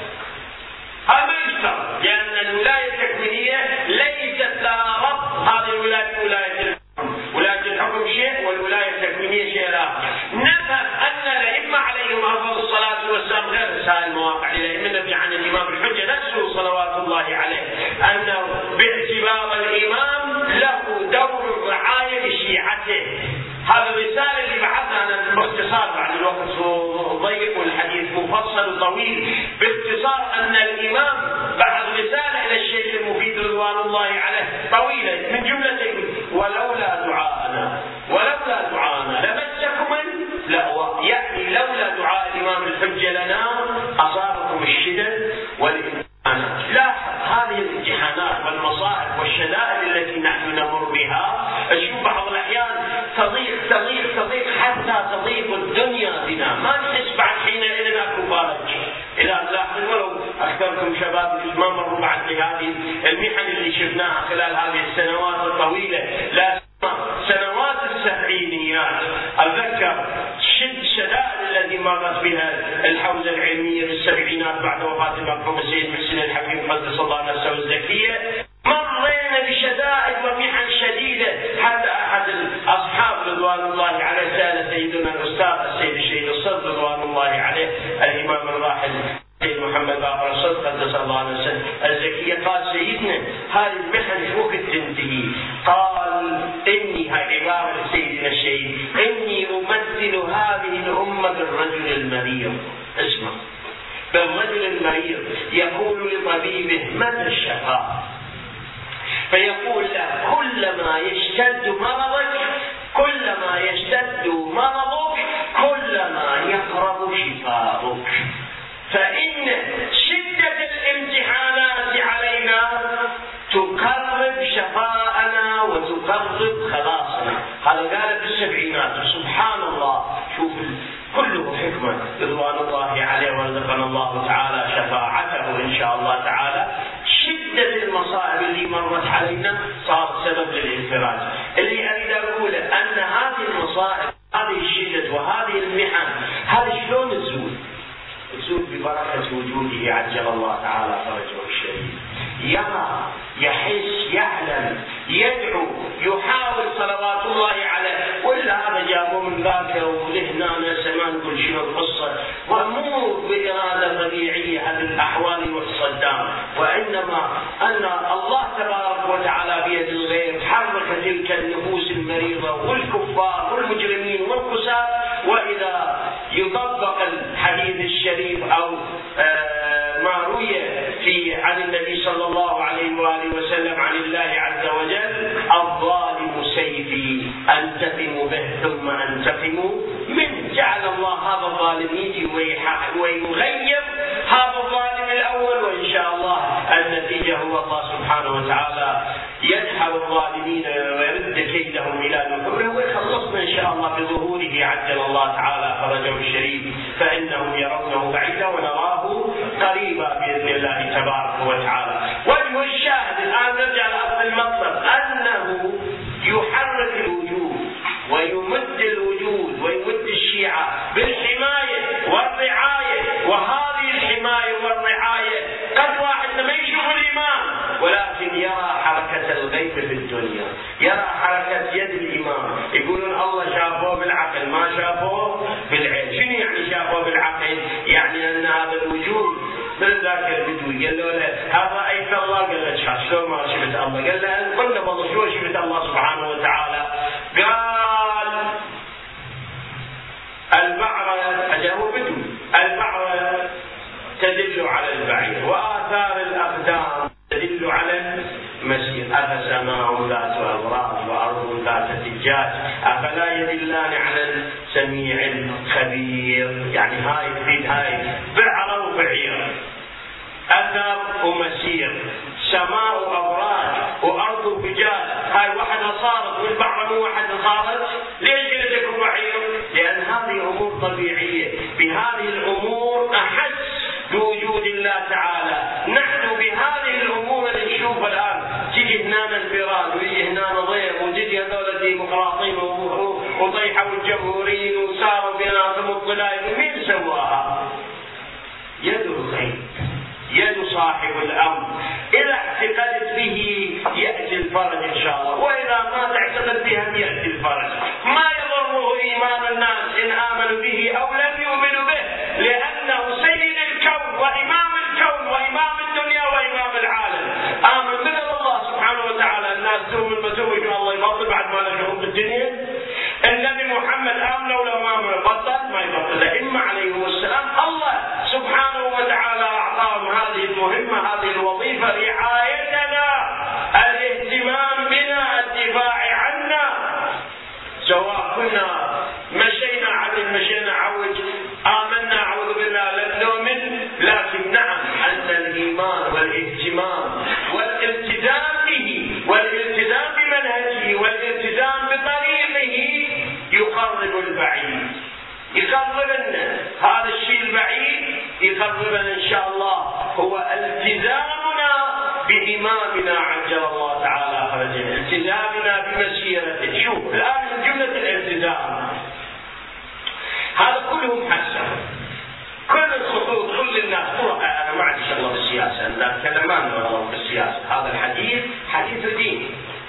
هذا ما يشترط، لأن الولاية التكوينية ليست لها ربط. هذه الولاية ولاية الحكم شيء والولاية التكوينية شيء آخر. نفهم أن الأئمة عليهم أفضل الصلاة والسلام غير سائر المواقع للأئمة عن الإمام الحجة نفسه صلوات الله عليه، أنه باعتبار الإمام له دور الرعاية لشيعته. هذا الرسالة اللي بعثها أنا باختصار، بعد الوقت ضيق والحديث مفصل وطويل، باختصار أن الإمام بعث رسالة إلى الشيخ المفيد رضوان الله عليه طويلة من جملة ولولا دعاءنا لمسكم اللأواء، يعني لولا دعاء الإمام الحجة لنا أصابكم الشدد والامتحانات. لاحظ هذه الامتحانات والمصائب والشدائد التي نحن نمر بها، أشوف بعض الأحيان تضيق حتى تضيق الدنيا بنا، ما نحس بعد حينئذ أكو فارج. إذا تلاحظون ولو أكثركم شباب ما مروا بعد بهذه المحن اللي شفناها خلال هذه السنوات الطويلة، لا سنوات السبعينيات، أتذكر الشدائد التي مرت بها الحوزة العلمية في السبعينات بعد وفاة المرحوم السيد محسن الحكيم قدس الله نفسه الزكية، مرينا بشدائد ومحن شديدة. حتى أحد الأصحاب رضوان الله عليه سأل سيدنا الأستاذ السيد الشهيد الصدر رضوان الله عليه الإمام الراحل سيد محمد باقر الصدر قدس الله نفسه الزكية، قال سيدنا هذه المحن شو وقت تنتهي؟ قال إني، هاي عبارة سيدنا الشهيد، إني أمثل هذه الأمة بالرجل المريض. اسمع، بالرجل المريض يقول لطبيبه متى الشفاء؟ فيقول له كلما يشتد مرضك كلما يقرب شفاؤك. فإن شدة الامتحانات علينا تقرب شفاءنا وتقرب خلاصنا. هذا قال في السبعينات. سبحان الله، شوف كله حكمة رضوان الله عليه ورزقنا الله تعالى شفاعته إن شاء الله تعالى. شدة المصائب اللي مرت علينا صار سبب للانفراج. اللي أريد أقوله أن هذه المصائب، هذه الشدة وهذه المحن، هذه شلون تزول ببركة وجوده عجل الله تعالى فرجه الشريف. يرى، يحس، يعلم، يدعو، يحاول صلوات الله عليه. ولا هذا جابوا من ذاك ولهنا سمان كل شيء القصة، ومو بإرادة طبيعية هذه الأحوال والصدام، وإنما أن الله تبارك وتعالى بيد الغيب حرك تلك النفوس المريضة والكفار والمجرمين والقساة. وإذا يطبق الحديث الشريف أو ما روي عن النبي صلى الله عليه وآله وسلم عن الله عز وجل: الظالم سيفي أنتقم به ثم أنتقم منه. جعل الله هذا الظالم يجي ويغير هذا الظالم الأول، وإن شاء الله النتيجة هو الله سبحانه وتعالى يدحر الظالمين ويرد كيدهم إلى نحوره ويخلصنا إن شاء الله بظهوره عجل الله تعالى فرجه الشريف، فإنهم يرونه بعيدا ونراه قريبا بإذن الله تبارك وتعالى. وجه الشاهد الآن نرجع لأصل المطلب، أنه يحرك الوجود ويمد الوجود ويمد الشيعة بالحماية والرعاية. وهذه الحماية والرعاية قد واحد ما يشوف الإمام ولكن يرى حركة الغيب في الدنيا، يرى حركة يد الإمام. يقولون الله شافوه بالعقل ما شافوه بالعين. شنو يعني شافوه بالعقل؟ يعني أن هذا الوجود من ذاك البدوي قال له هل رأيت الله؟ قال له شلون ما شفت الله؟ قال له قلنا والله شلون شفت الله سبحانه وتعالى؟ قال البعرة، أجابه بدوي، البعرة تدل على البعير وآثار الأقدام تدل على المسير. أفسماء ذات أبراج وأرض ذات فجاج أفلا يدلان على السميع الخبير. يعني هاي تفيد هاي بعرة وبعير، أثر ومسير، سماء وأبراج وأرض فجاج. هاي واحدة صارت والبعرة مو واحدة صارت. ليش قلت لكم بعير؟ لأن هذه أمور طبيعية. بهذه الأمور أحس بوجود الله تعالى. نحن بهذه الأمور اللي نشوفها الآن، تجي هنا انفراد ويجي هنا ضيق وتجي هذول ديمقراطيين وطيحوا الجمهوريين وصاروا بيناتهم الطلايب. مين سواها؟ يد الغيب، يد صاحب الأمر. إذا اعتقدت به يأتي الفرج إن شاء الله، وإذا ما تعتقد بها يأتي الفرج. ما يضره إيمان الناس إن آمنوا به أو لم يؤمنوا به، لأنه سيد الكون وإمام الكون وإمام الدنيا وإمام العالم. آمن من الله سبحانه وتعالى. الناس تؤمن بتؤمن الله يبطل بعد ما لهم بالدنيا. النبي محمد آمن ولو ما بطل ما يبطل. الأئمة عليهم السلام الله سبحانه وتعالى أعطاهم هذه المهمة، هذه الوظيفة، رعايتنا التزامنا بمسيرته. شوف الآن من جملة الالتزام هذا كلهم حسن، كل الخطوط، كل الناس. أنا ما عندي شغلة بالسياسة، أنا أتكلم عن السياسة. هذا الحديث حديث دين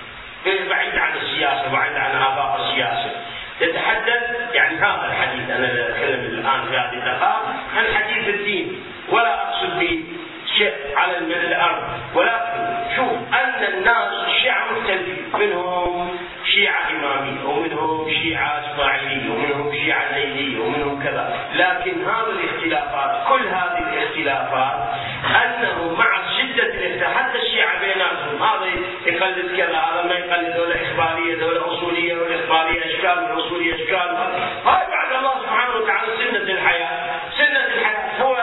بعيد عن السياسة، بعيد عن آفاق السياسة. يتحدث يعني هذا الحديث، أنا أتكلم الآن في هذه الدقائق عن حديث الدين، ولا أقصد به شيء على الأرض، ولكن شوف أن الناس شيعة مختلفين، منهم شيعة إمامية ومنهم شيعة إسماعيلية ومنهم شيعة زيدية ومنهم كذا، لكن هذه الاختلافات، كل هذه الاختلافات أنه مع شدة الاختلاف حتى الشيعة بيناتهم، هذا يقلد كذا، هذا ما يقلد، دولة إخبارية، دولة أصولية، والإخبارية أشكال والأصولية أشكال. هاي بعد الله سبحانه وتعالى سنة الحياة، سنة الحياة هو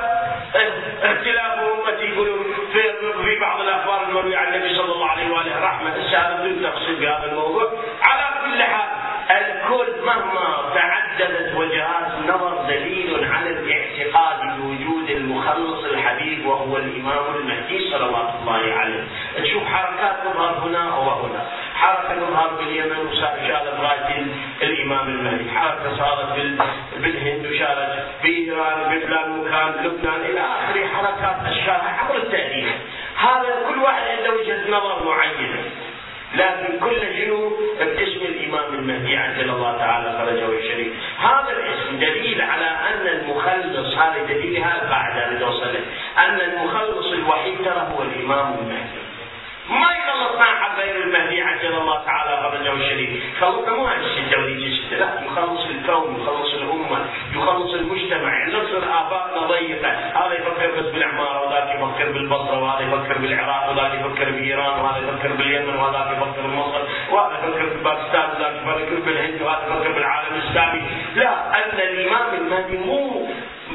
اختلاف أمتي. يقولون في بعض الأخبار المروية عن النبي صلى الله عليه وآله رحمة السابق بدون تفصيل بهذا الموضوع. على كل حال الكل مهما تعددت وجهات النظر دليل على الاعتقاد بوجود المخلص الحبيب وهو الإمام المهدي صلوات الله عليه. تشوف حركات تظهر هنا وهنا، حركة تظهر باليمن وشالت راية الإمام المهدي، حركة صارت بالهند وشالت بإيران، بفلان مكان، لبنان، إلى آخر حركات أشكالها عبر التاريخ. هذا كل واحد عنده وجهة نظر معينة، لكن كل جنوب باسم الإمام المهدي عجل الله تعالى فرجه الشريف. هذا الاسم دليل على أن المخلص، هذا دليل، هذا القاعدة اللي توصل أن المخلص الوحيد ترى هو الإمام المهدي. ما يخلصنا عن غير المهدي عجل الله تعالى فرجه الشريف. خلصنا مو هالشدة وليجي شدة، لا، يخلص الكون، يخلص الأمة، يخلص المجتمع. يعني نصر آفاقنا ضيقة، هذا يفكر بس بالعمارة، وذاك يفكر بالبصرة، وهذا يفكر بالعراق، وذاك يفكر بإيران، وهذا يفكر باليمن، وهذاك يفكر بمصر، وهذا يفكر بباكستان، وذاك يفكر بالهند، وهذا يفكر بالعالم الإسلامي. لا، أن الإمام المهدي مو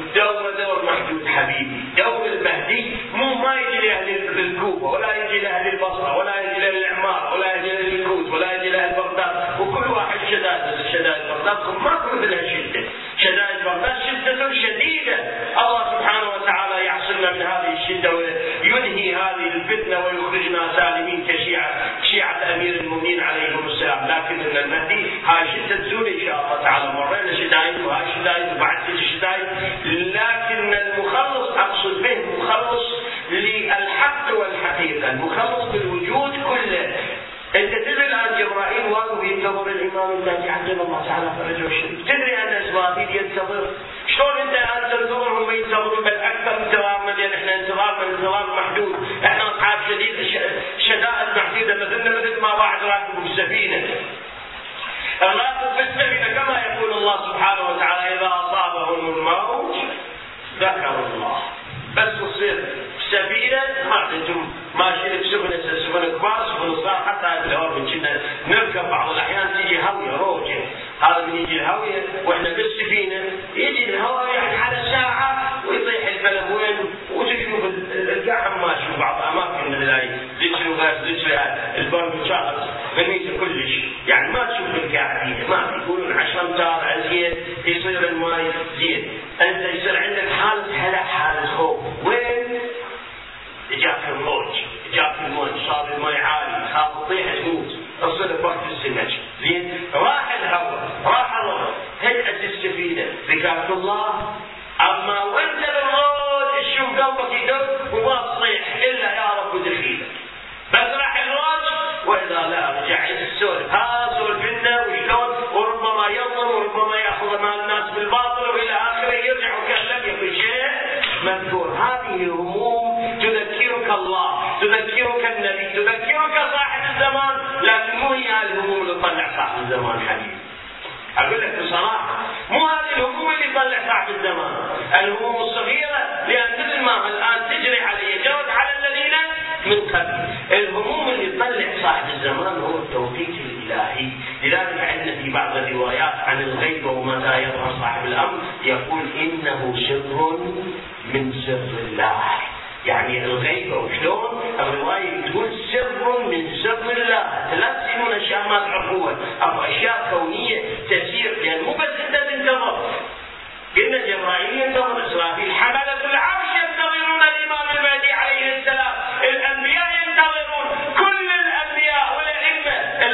دور محدود حبيبي. دور المهدي ما يجي لأهل الكوفة، ولا يجي لأهل البصرة، ولا يجي لأهل العمار، ولا يجي لأهل الكوت، ولا يجي لأهل بغداد. وكل واحد شدائد بغداد ما كل مثلها شدة. شدائد بغداد شدة شديدة. الله سبحانه وتعالى يعصمنا من هذه الشدة وينهي هذه الفتنة ويخرجنا سالمين كشيعة أمير المؤمنين عليهم السلام. لكن المهدي هاي شدة تزول إن شاء الله تعالى. مرينا شدائد وهاي شدائد وبعد كل شدائد. لكن المخلص أقصد به مخلص للحق والحقيقة، المخلص بالوجود كله. أنت تدري الآن جبرائيل واقف ينتظر الإمام المهدي عجل الله تعالى فرجه الشريف. تدري أن إسرافيل ينتظر. شلون أنت الآن تنتظر هم ينتظرون؟ بل أكثر انتظارنا، لأن إحنا انتظار محدود. إحنا أصحاب شدائد محدودة، مثل ما واحد راكب بالسفينة. الراكب في السفينة كما يقول الله سبحانه وتعالى إذا أصابهم الموت ذكروا الله. بس تصير سفينة، ما أنتم ماشيين بسفن كبار، سفن صغار، حتى بالأوروبا كنا نركب بعض الأحيان تيجي هوية روجة. هذا من يجي الهوية وإحنا بالسفينة، يجي الهواء يعني على ساعة ويطيح الفلم وين، وتشوف القاعة ماشي بعض أماكن اللي يدخلوا غاز البرمجات غنية كلش، يعني ما تشوف القاعدين، ما يقولون 10 أمتار زين يصير الماء زين. أنت يصير عندك حالة هلع، حالة خوف. وين؟ جاك الموج، صار الماء عالي، خاف تطيح تموت، تصير وقت السمج. زين، راح الهواء، راح الروح، هدأت السفينة، ذكرت الله. أما وانت بالموت تشوف قلبك يدق وما تصيح إلا يا رب دخيلك. بس راح الروج، وإذا لا رجع السولف، سولفنا وشلون، وربما يظلم وربما يأخذ مال الناس بالباطل وإلى آخره، يرجع وكأن لم يكن شيء مذكور. هذه هموم تذكرك الله، تذكرك النبي، تذكرك صاحب الزمان، لكن مو هي الهموم اللي تطلع صاحب الزمان حبيبي. أقول لك بصراحة مو هذه الهموم اللي تطلع صاحب الزمان. الهموم الصغيرة، لأن مثل ما الآن تجري علي جرت على الذين من قبل. الهموم اللي تطلع صاحب الزمان هو التوقيت الإلهي. لذلك عندنا في بعض الروايات عن الغيب ومتى يظهر صاحب الأمر يقول إنه سر من سر الله. يعني الغيب وشلون الرواية تقول سر من سر الله. لا تسيرون أشياء ما تعرفوها، أو أشياء كونية تسير، يعني مو بس أنت تنتظر. قلنا جبرائيل ينتظر، إسرافيل، حملة العرش ينتظرون الإمام المهدي عليه السلام، الأنبياء ينتظرون، كل الأنبياء والأئمة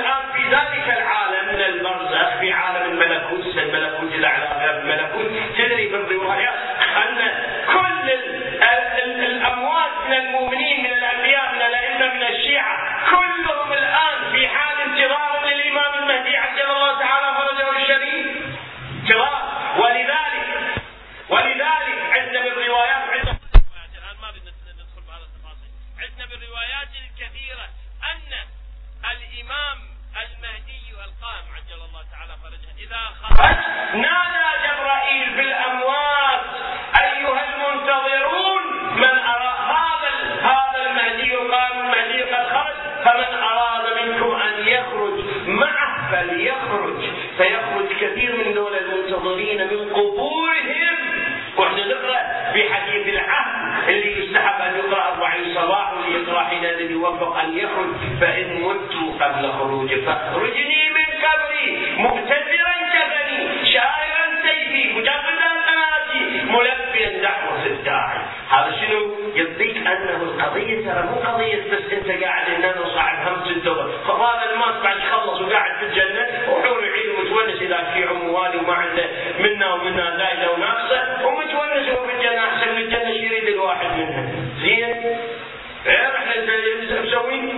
منتظرين من قبورهم. واحنا نقرأ في حديث العهد اللي يستحب أن يقرأ 40 صباح واللي يقرأ حينئذ يوفق أن يخرج، فإن مت قبل خروجي فاخرجني من قبري مبتدرا كفني شائرا سيفي مجردا قناتي ملبيا دعوة الداعي. هذا شنو يعطيك انه القضيه ترى مو قضيه بس انت قاعد ان انا صاحب همس الدور، فهذا الماس بعد يخلص وقاعد في الجنه وحور العين ومتونس اذا في موالي وما عنده منا ومنا زايده وناقصه ومتونس هو في الجنه احسن من الجنه شو يريد الواحد منها؟ زين؟ احنا مسوين.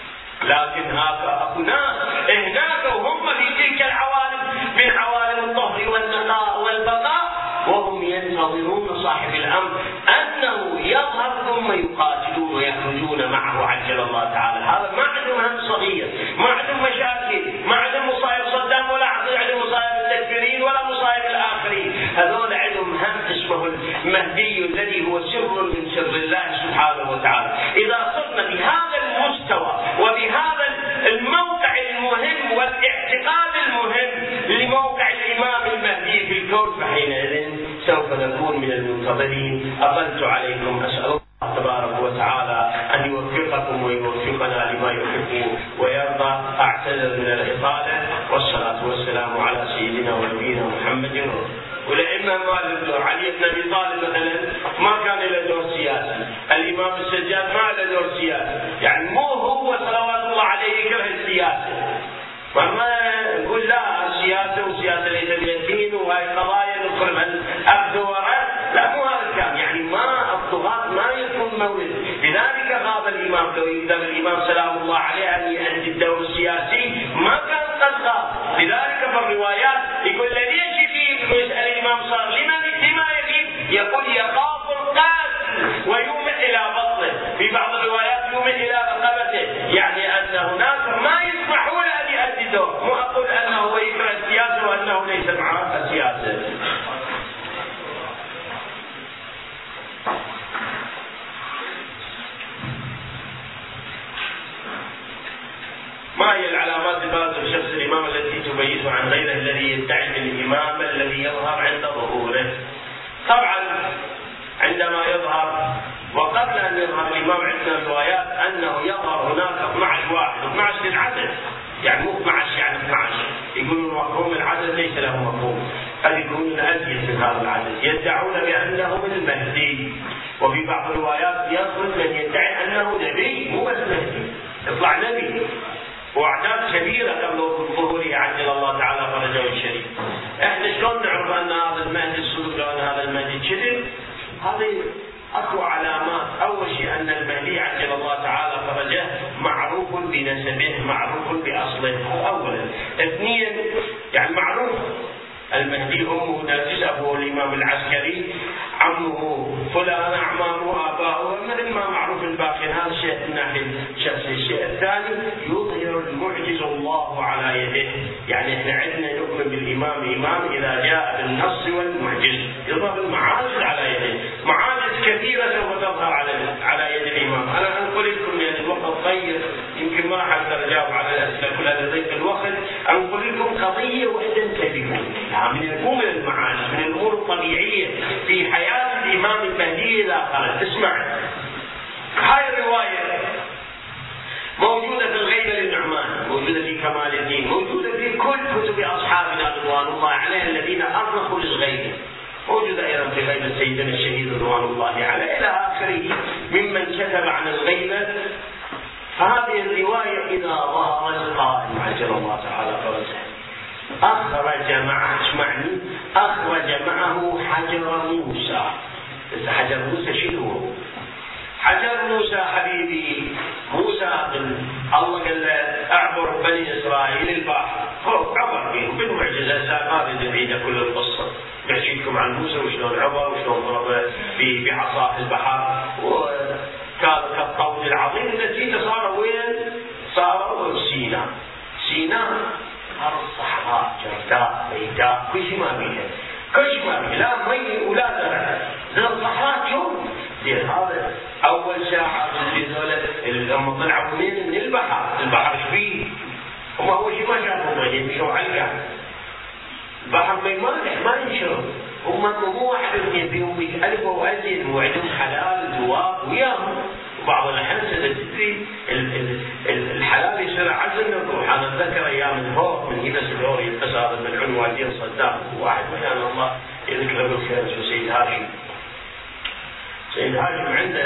لكن هذا اكو ناس هناك وهم في تلك العوالم من عوالم الطهر والنقاء والبقاء وهم ينتظرون صاحب الامر انه يظهر ثم يقاتلون ويخرجون معه عجل الله تعالى. هذا ما عندهم هم صغير، ما عندهم مشاكل، ما عندهم مصايب صدام ولا عندهم مصايب التكفيرين ولا مصايب الاخرين. هذول عندهم هم اسمه المهدي الذي هو سر من سر الله سبحانه وتعالى. اذا صرنا بهذا المستوى وبهذا الموقع المهم والاعتقاد المهم لموقع الامام المهدي في الكون فحينئذ سوف نكون من المنتظرين. أقلت عليكم، أسأل الله تبارك وتعالى أن يوفقكم ويوفقنا لما يحب ويرضى. أعتذر من الإطالة والصلاة والسلام على سيدنا ونبينا محمد. والأئمة ما له دور. علي بن أبي طالب مثلا ما كان له دور سياسي، الإمام السجاد ما له دور سياسي، يعني مو هو صلوات الله عليه يكره السياسة. وما نقول لا السياسة والسياسة ليس من الدين وهي قضايا ندخل من أخذ ورد، لا مو هذا الكلام. يعني ما الطغاة ما يكون مورد. لذلك غاب الإمام لو يقدم الإمام سلام الله عليه أن يؤدي الدور السياسي ما كان قد غاب. لذلك في الروايات يقول ليش يجيب الإمام صار لما يجيب؟ يقول يخاف القاتل ويومئ إلى بطنه، في بعض الروايات يومئ إلى رقبته، يعني أن هناك ما يسمحون أن يؤدي دور. مو أقول أنه هو يكره السياسة وأنه ليس معه السياسة. ما هي العلامات البارزة في شخص الإمام التي تميزه عن غيره الذي يدعي الإمام الذي يظهر عند ظهوره؟ طبعا عندما يظهر وقبل أن يظهر الإمام عندنا الروايات أنه يظهر هناك 12 واحد، 12 للعدد، يعني مو 12 يعني 12. يقولون مفهوم العدد ليس له مفهوم، قد يكون أزيد من هذا العدد. يدعون بأنه من المهدي، وفي بعض الروايات يخرج من يدعي أنه نبي، مو بس مهدي، يطلع نبي وأعداد كبيرة قبل ظهوره عجل الله تعالى فرجه الشريف. احنا شلون نعرف أن هذا المهدي الصدق وأن هذا المهدي كذب؟ هذه أكو علامات. أول شيء أن المهدي عجل الله تعالى فرجه معروف بنسبه، معروف بأصله أولا. اثنيا يعني معروف المهدي أمه ناجز، أبوه الإمام العسكري، عمه فلان، أعمامه، آباؤه، مثل ما معروف الباقي. هذا الشيء من ناحية شخصي. الشيء الثاني يظهر المعجز الله على يده، يعني احنا عندنا نؤمن بالإمام إمام إذا جاء بالنص والمعجز، يظهر المعاجز على يده. معاجز كثيرة سوف تظهر على يد الإمام. أنا أقول لكم يعني الوقت ضيق يمكن ما أقدر أجاوب على الأسئلة كلها لضيق الوقت. أقول لكم قضية واحدة انتبهوا من الأمور المعاجز، من الأمور الطبيعية في حياة الإمام المهدي إذا خرج. اسمع، هاي الرواية موجودة في الغيبة للنعمان، موجودة في كمال الدين، موجودة في كل كتب أصحابنا رضوان الله عليهم الذين أرخوا للغيبة، موجودة أيضا في غيبة سيدنا الشهيد رضوان الله عليه إلى آخره ممن كتب عن الغيبة. فهذه الرواية إذا ظهر القائم عجل الله تعالى فرجه أخرج معه، اسمعني، أخرج معه حجر موسى. حجر موسى شنو؟ حجر موسى حبيبي موسى الله قال له اعبر بني إسرائيل البحر، عبر بهم بالمعجزة. ما بدي نعيد كل القصة، بحكي لكم عن موسى وشلون عبر وشلون ضرب بعصاه البحر، وكان كالطود العظيم. النتيجة صار وين؟ صار سيناء. سيناء أرض صحراء جرداء بيداء، كل شيء ما بيها، كل شيء ما بيها، لا مي ولا زرع، زين الصحراء شوف. هذا أول ساعة لما طلعوا من البحر، البحر ايش فيه؟ هم أول شيء ما شافوا مي، مشوا علقة. البحر ما ينشرب. هم مو واحد يبيهم 100,000 وأزيد وعندهم حلال دواب وياهم. وبعض الأحيان تدري الحلال يصير عزل الروح. أنا أتذكر أيام الهور من هنا الهور يلبس هذا من عنوانين صدام، واحد مكان الله يذكره بالخير اسمه سيد هاشم. سيد هاشم عنده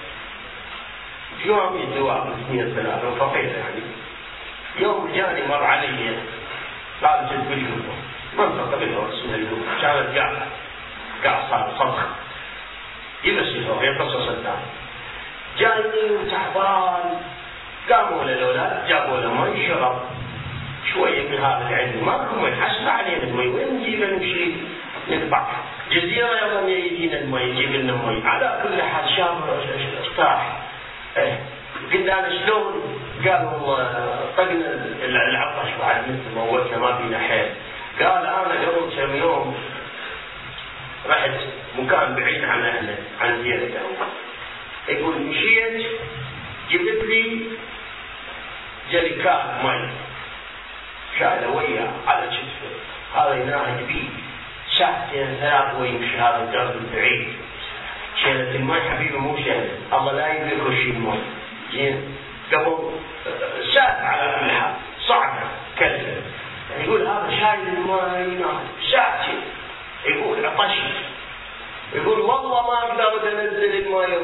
يوم الدواب 2-3 فقير يعني. يوم جاني مر علي بعد جد باليوم منطقة بالهور اسمها اليوم، كانت قاع صار صدخ يلبس الهور يلبس صدام. جايني وتعبان، قاموا الأولاد جابوا له مي شرب شوية من هذا العلم، ما لكم مي، حسب علينا المي، وين نجيب نمشي نذبح جزيرة يوم يجينا المي يجيب لنا مي. على كل حال شاب ارتاح. قلنا أنا شلون؟ قالوا طقنا العطش بعد مثل موتنا ما فينا حيل. قال أنا قبل كم يوم رحت مكان بعيد عن أهله عن ديرته، يقول مشيت جبت لي جريكان مي شايله وياه على كتفه، هذا يناهج بيه 2-3 ويمشي هذا الدرب البعيد. شيلة المي حبيبي مو شيلة، الله لا يبيك وشي المي زين قبل ساعة على كل حال صعبة كلفة. يقول هذا شايل المي يناهج ساعتين، يقول عطشت، يقول والله ما اقدر انزل الماء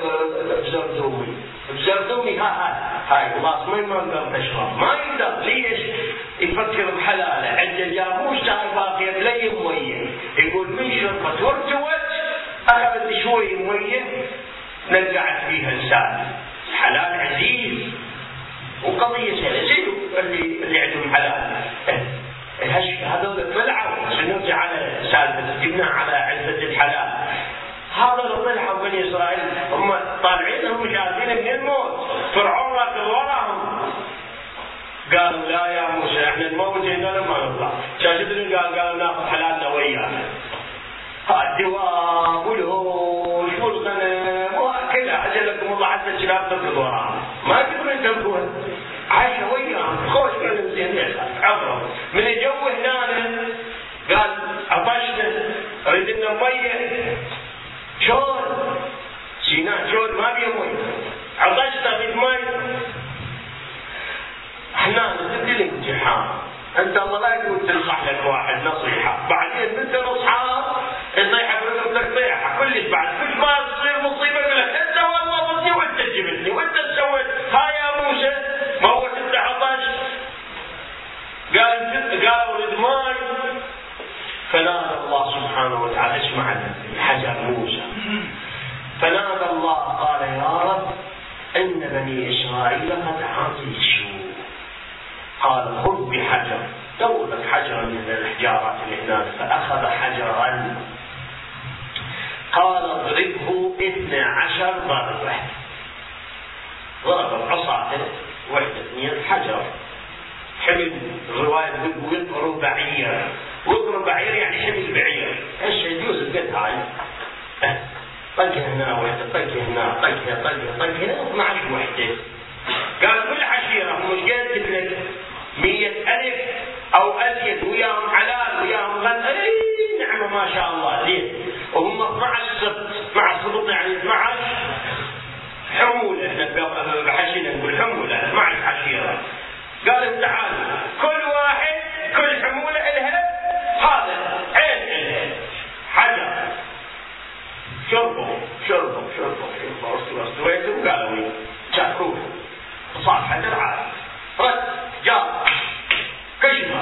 بزردومي هاي خلاص ما اقدر اشرب. ما يقدر. ليش؟ يفكر بحلاله، عنده جاموس تاعي باقيه بلي مويه، يقول من شربت وارتوت اخذت شوي مويه نقعت فيها لسان. الحلال عزيز وقضيه سهله زين اللي عندهم حلال. هذول طلعوا نرجع على سالفه جبناها على عزه الحلال. هذا طلعوا بني اسرائيل هم طالعين هم شايفين من الموت، فرعون راكض وراهم. قالوا لا يا موسى احنا الموت هنا لما نطلع. شاشتنا قالوا ناخذ حلالنا ويانا. الدواب والهوش والغنم وكذا اجلكم الله حتى الشباب تركض وراهم ما يقدرون يتركوها. عايشه وياهم خوش كلهم زين عبروا من الجو هنا. قال عطشنا اريد لنا ميه. شلون؟ سيناء شلون ما بيه مي؟ عطشنا في مي. احنا ندي الامتحان، انت الله لا يقول تنصح لك واحد نصيحه، بعدين انت نصحه النصيحه بقول لك طيحه كلش بعد كل ما تصير مصيبه يقول لك انت والله بطني وانت جبتني وانت سويت هاي يا موسى ما هو انت عطش. قالوا اريد ماي. فنادى الله سبحانه وتعالى اسمع الحجر موسى، فنادى الله قال يا رب ان بني اسرائيل قد عطشوا. قال خذ بحجر، دور حجرا من الحجارات اللي هناك، فاخذ حجرا قال اضربه 12 ضربه. ضرب بعصاته 1-2 حجر. حمل الروايه تقول رباعيه، واضرب بعير يعني حمل بعير. ايش يجوز القت هاي؟ طقه هنا وحده، طقه هنا، طقه هنا 12 وحده. قال كل عشيره مش قد لك 100,000 أو أزيد وياهم حلال وياهم غد. اي نعمه ما شاء الله ليه؟ وهم 12 سبت، مع السبت يعني 12 حموله. احنا بحشينا نقول حموله 12 عشيره. قال تعالوا كل واحد كل حموله لها هذا عين حجر. شربوا استويتوا وقالوا شافوه صار حجر عادي. رد جاب كشمه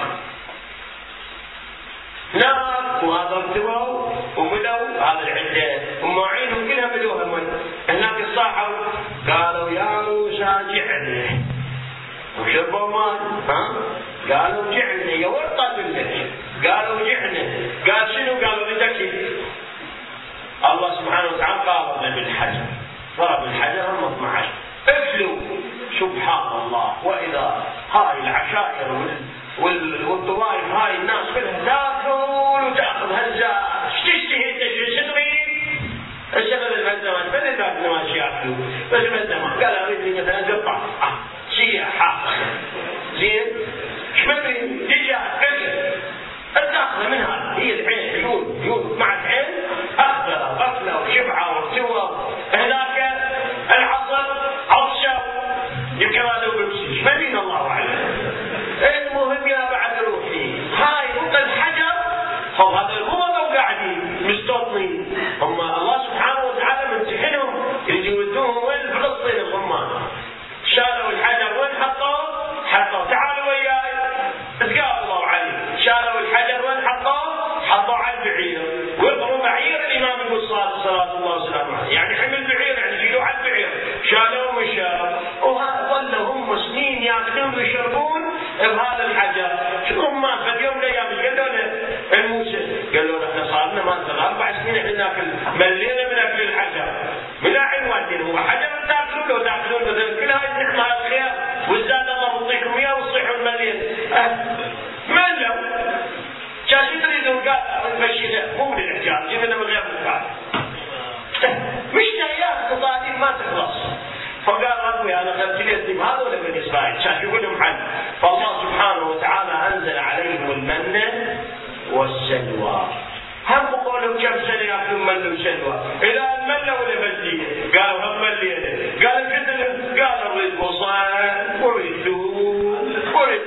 نار وهذا ارتووا وملوا هذا العده ومواعينهم كلها ملوها المي. هناك الصاحوا قالوا يا موسى جعنا وشربوا ماء. قالوا جعنا يا ورطة لك. قالوا جعنا. قال شنو؟ قالوا بدك. الله سبحانه وتعالى قال بالحجر، ضرب الحجر 12 اكلوا. سبحان الله. واذا هاي العشائر والطوائف هاي الناس كلها تاكل وتاخذ هزه. تشتهي انت شو تريد؟ الشغل الهزه ما تبي تاكل ما ياكلوا بس الهزه قال اريد لي مثلا قطع شيء حاق زين ايش بدري دجاج اكل الداخله من هذا هي العين، عيون مع العين اخضر غفله وشبعه وارتوى. هناك العصر عطشه يمكن هذا وبمسيش مدين الله اعلم. المهم يا بعد روحي هاي الحجر هم هذا الامم قاعدين مستوطنين، هم الله سبحانه وتعالى ممتحنهم يجي يودوهم وين؟ فلسطين الغمان. شالوا الحجر وين حطوه تعالوا وياي تقال الله عليه. شالوا الحجر وين حطوه على البعير، ويضربوا بعير الامام يقول صلاه الله وسلامه عليه، يعني حمل بعير يعني شيلوه على البعير، شالوه وشالوا، وظلوا هم سنين ياكلون ويشربون بهذا الحجر. شو هم في اليوم من الايام قالوا له الموسى، قالوا له احنا صار لنا ما 4 سنين احنا ناكل، ملينا من اكل الحجر، من عنوان هو حجر تاكلون كل هاي النعمه الخير والزاد الله يعطيكم اياه وتصيحوا المليان. ملوا كان شو تريدون؟ قال نمشي مو للحجار جبنا من غير مكان، مش تهيات تصاديق ما تخلص. فقال ربي انا خلت بهذا ولا بني اسرائيل شاف يقول لهم حل. فالله سبحانه وتعالى انزل عليهم المن والسلوى. هم قولوا كم سنه ياكلون من وسلوى؟ اذا المله ولا بلديه؟ قالوا هم ملينا. قال الفتن؟ قالوا نريد بصل ونريد ثوم ونريد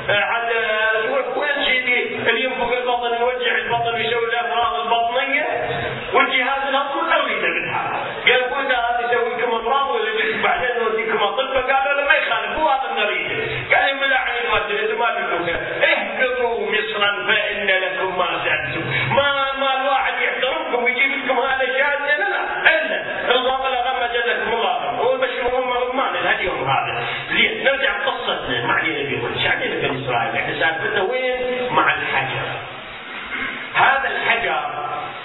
عدس وين سيدي اللي ينفق البطن يوجع البطن ويسوي الافراغ البطنيه والجهاز الهضمي اريد منها. قال قلنا هذا يسوي لكم امراض ولا بعدين نوديكم اطباء؟ قالوا لا ما يخالف هو هذا نريده. قال لهم لا عين المادة ما بيقولون اهبطوا مصرا فان لكم ما زعمتم. ما الواحد يحترمكم ويجيب لكم هذا شاهد الا الغم لغم جزاكم الله. هو المشروع هم رمان اليوم هذا. زين نرجع قصتنا ما علينا بيقول ايش علينا بني اسرائيل؟ احنا سالفتنا وين؟ مع الحجر. هذا الحجر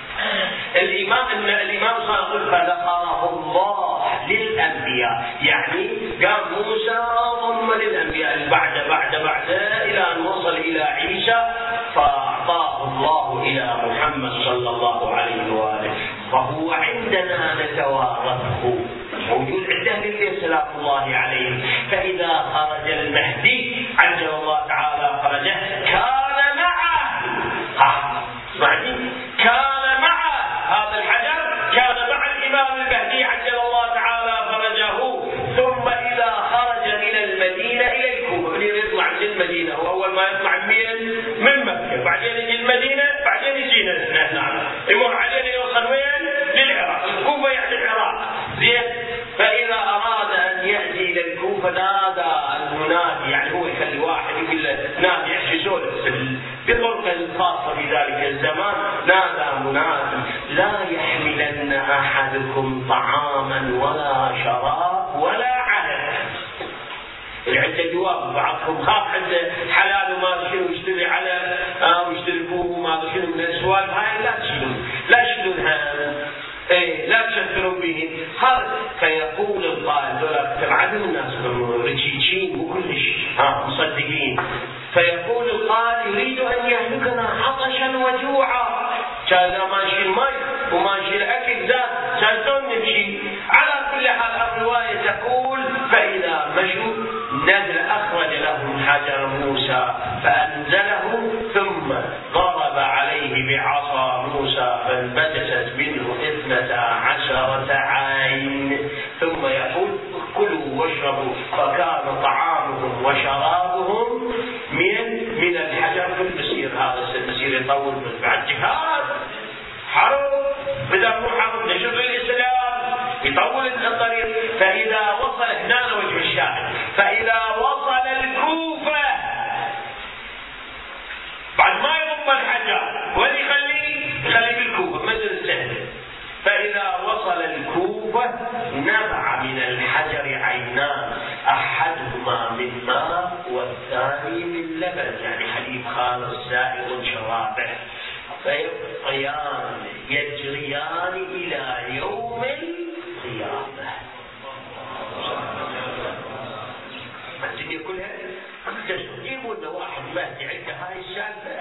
الامام صلى الله عليه وسلم فذكره الله للانبياء، يعني قال موسى ضم للانبياء بعد الى ان وصل الى عيسى فاعطاه الله الى محمد صلى الله عليه واله. فهو عندنا نتوارثه، موجود عند اهل البيت سلام الله عليهم. فاذا خرج المهدي عجل الله تعالى خرجه كان معه، اسمعني، كان معه هذا الحجر، كان مع الامام المهدي عجل الله تعالى فرجه. ثم اذا خرج من المدينه الى الكوفه، يطلع من المدينه واول ما يطلع من مكه، بعدين يجي المدينه، بعدين يجينا هنا يمر علينا يوصل وين؟ للعراق. الكوفه يعني العراق. زين. فاذا اراد ان ياتي الى الكوفه نادى المنادي، يعني هو يخلي واحد يقول له نادي يحكي يسولف بطرق الخاصه في ذلك الزمان. نادى منادي لا يحملن احدكم طعاما ولا شراب ولا علف. اللي عنده جواب بعضهم خاف عنده حلال وما شنو يشتري علف ويشتري فوق وما شنو من السوالف هاي لا تشيلونها لا تشكروا به. فيقول القائل ذولا تبعدهم الناس رجيجين وكلش مصدقين. فيقول القائل يريد ان يهلكنا عطشا وجوعا، كان ماشي الماء وماشي الاكل ذات كان نمشي. على كل حال الروايه تقول فاذا مشوا نزل اخرج لهم حجر موسى فانزله ثم ضرب عليه بعصا موسى فانبجست منه 12 عين. ثم يقول كلوا واشربوا فكان طعامهم وشرابهم من الحجر. في المسير هذا المسير يطول بعد جهاد حرب، بدأ مو حرب نشر الاسلام يطول الطريق. فاذا وصل هنا وجه الشاهد، فاذا وصل الكوفه بعد ما يضم الحجر واللي يخليه بالكوفه مثل السهل. فاذا وصل الكوفه نبع من الحجر عينان، احدهما من ماء والثاني من لبن، يعني حليب خالص سائغ شرابه، فيبقيان يجريان الى يوم القيامه. الدنيا كلها تجيبوا ان واحد مهدي عنده هاي السالفه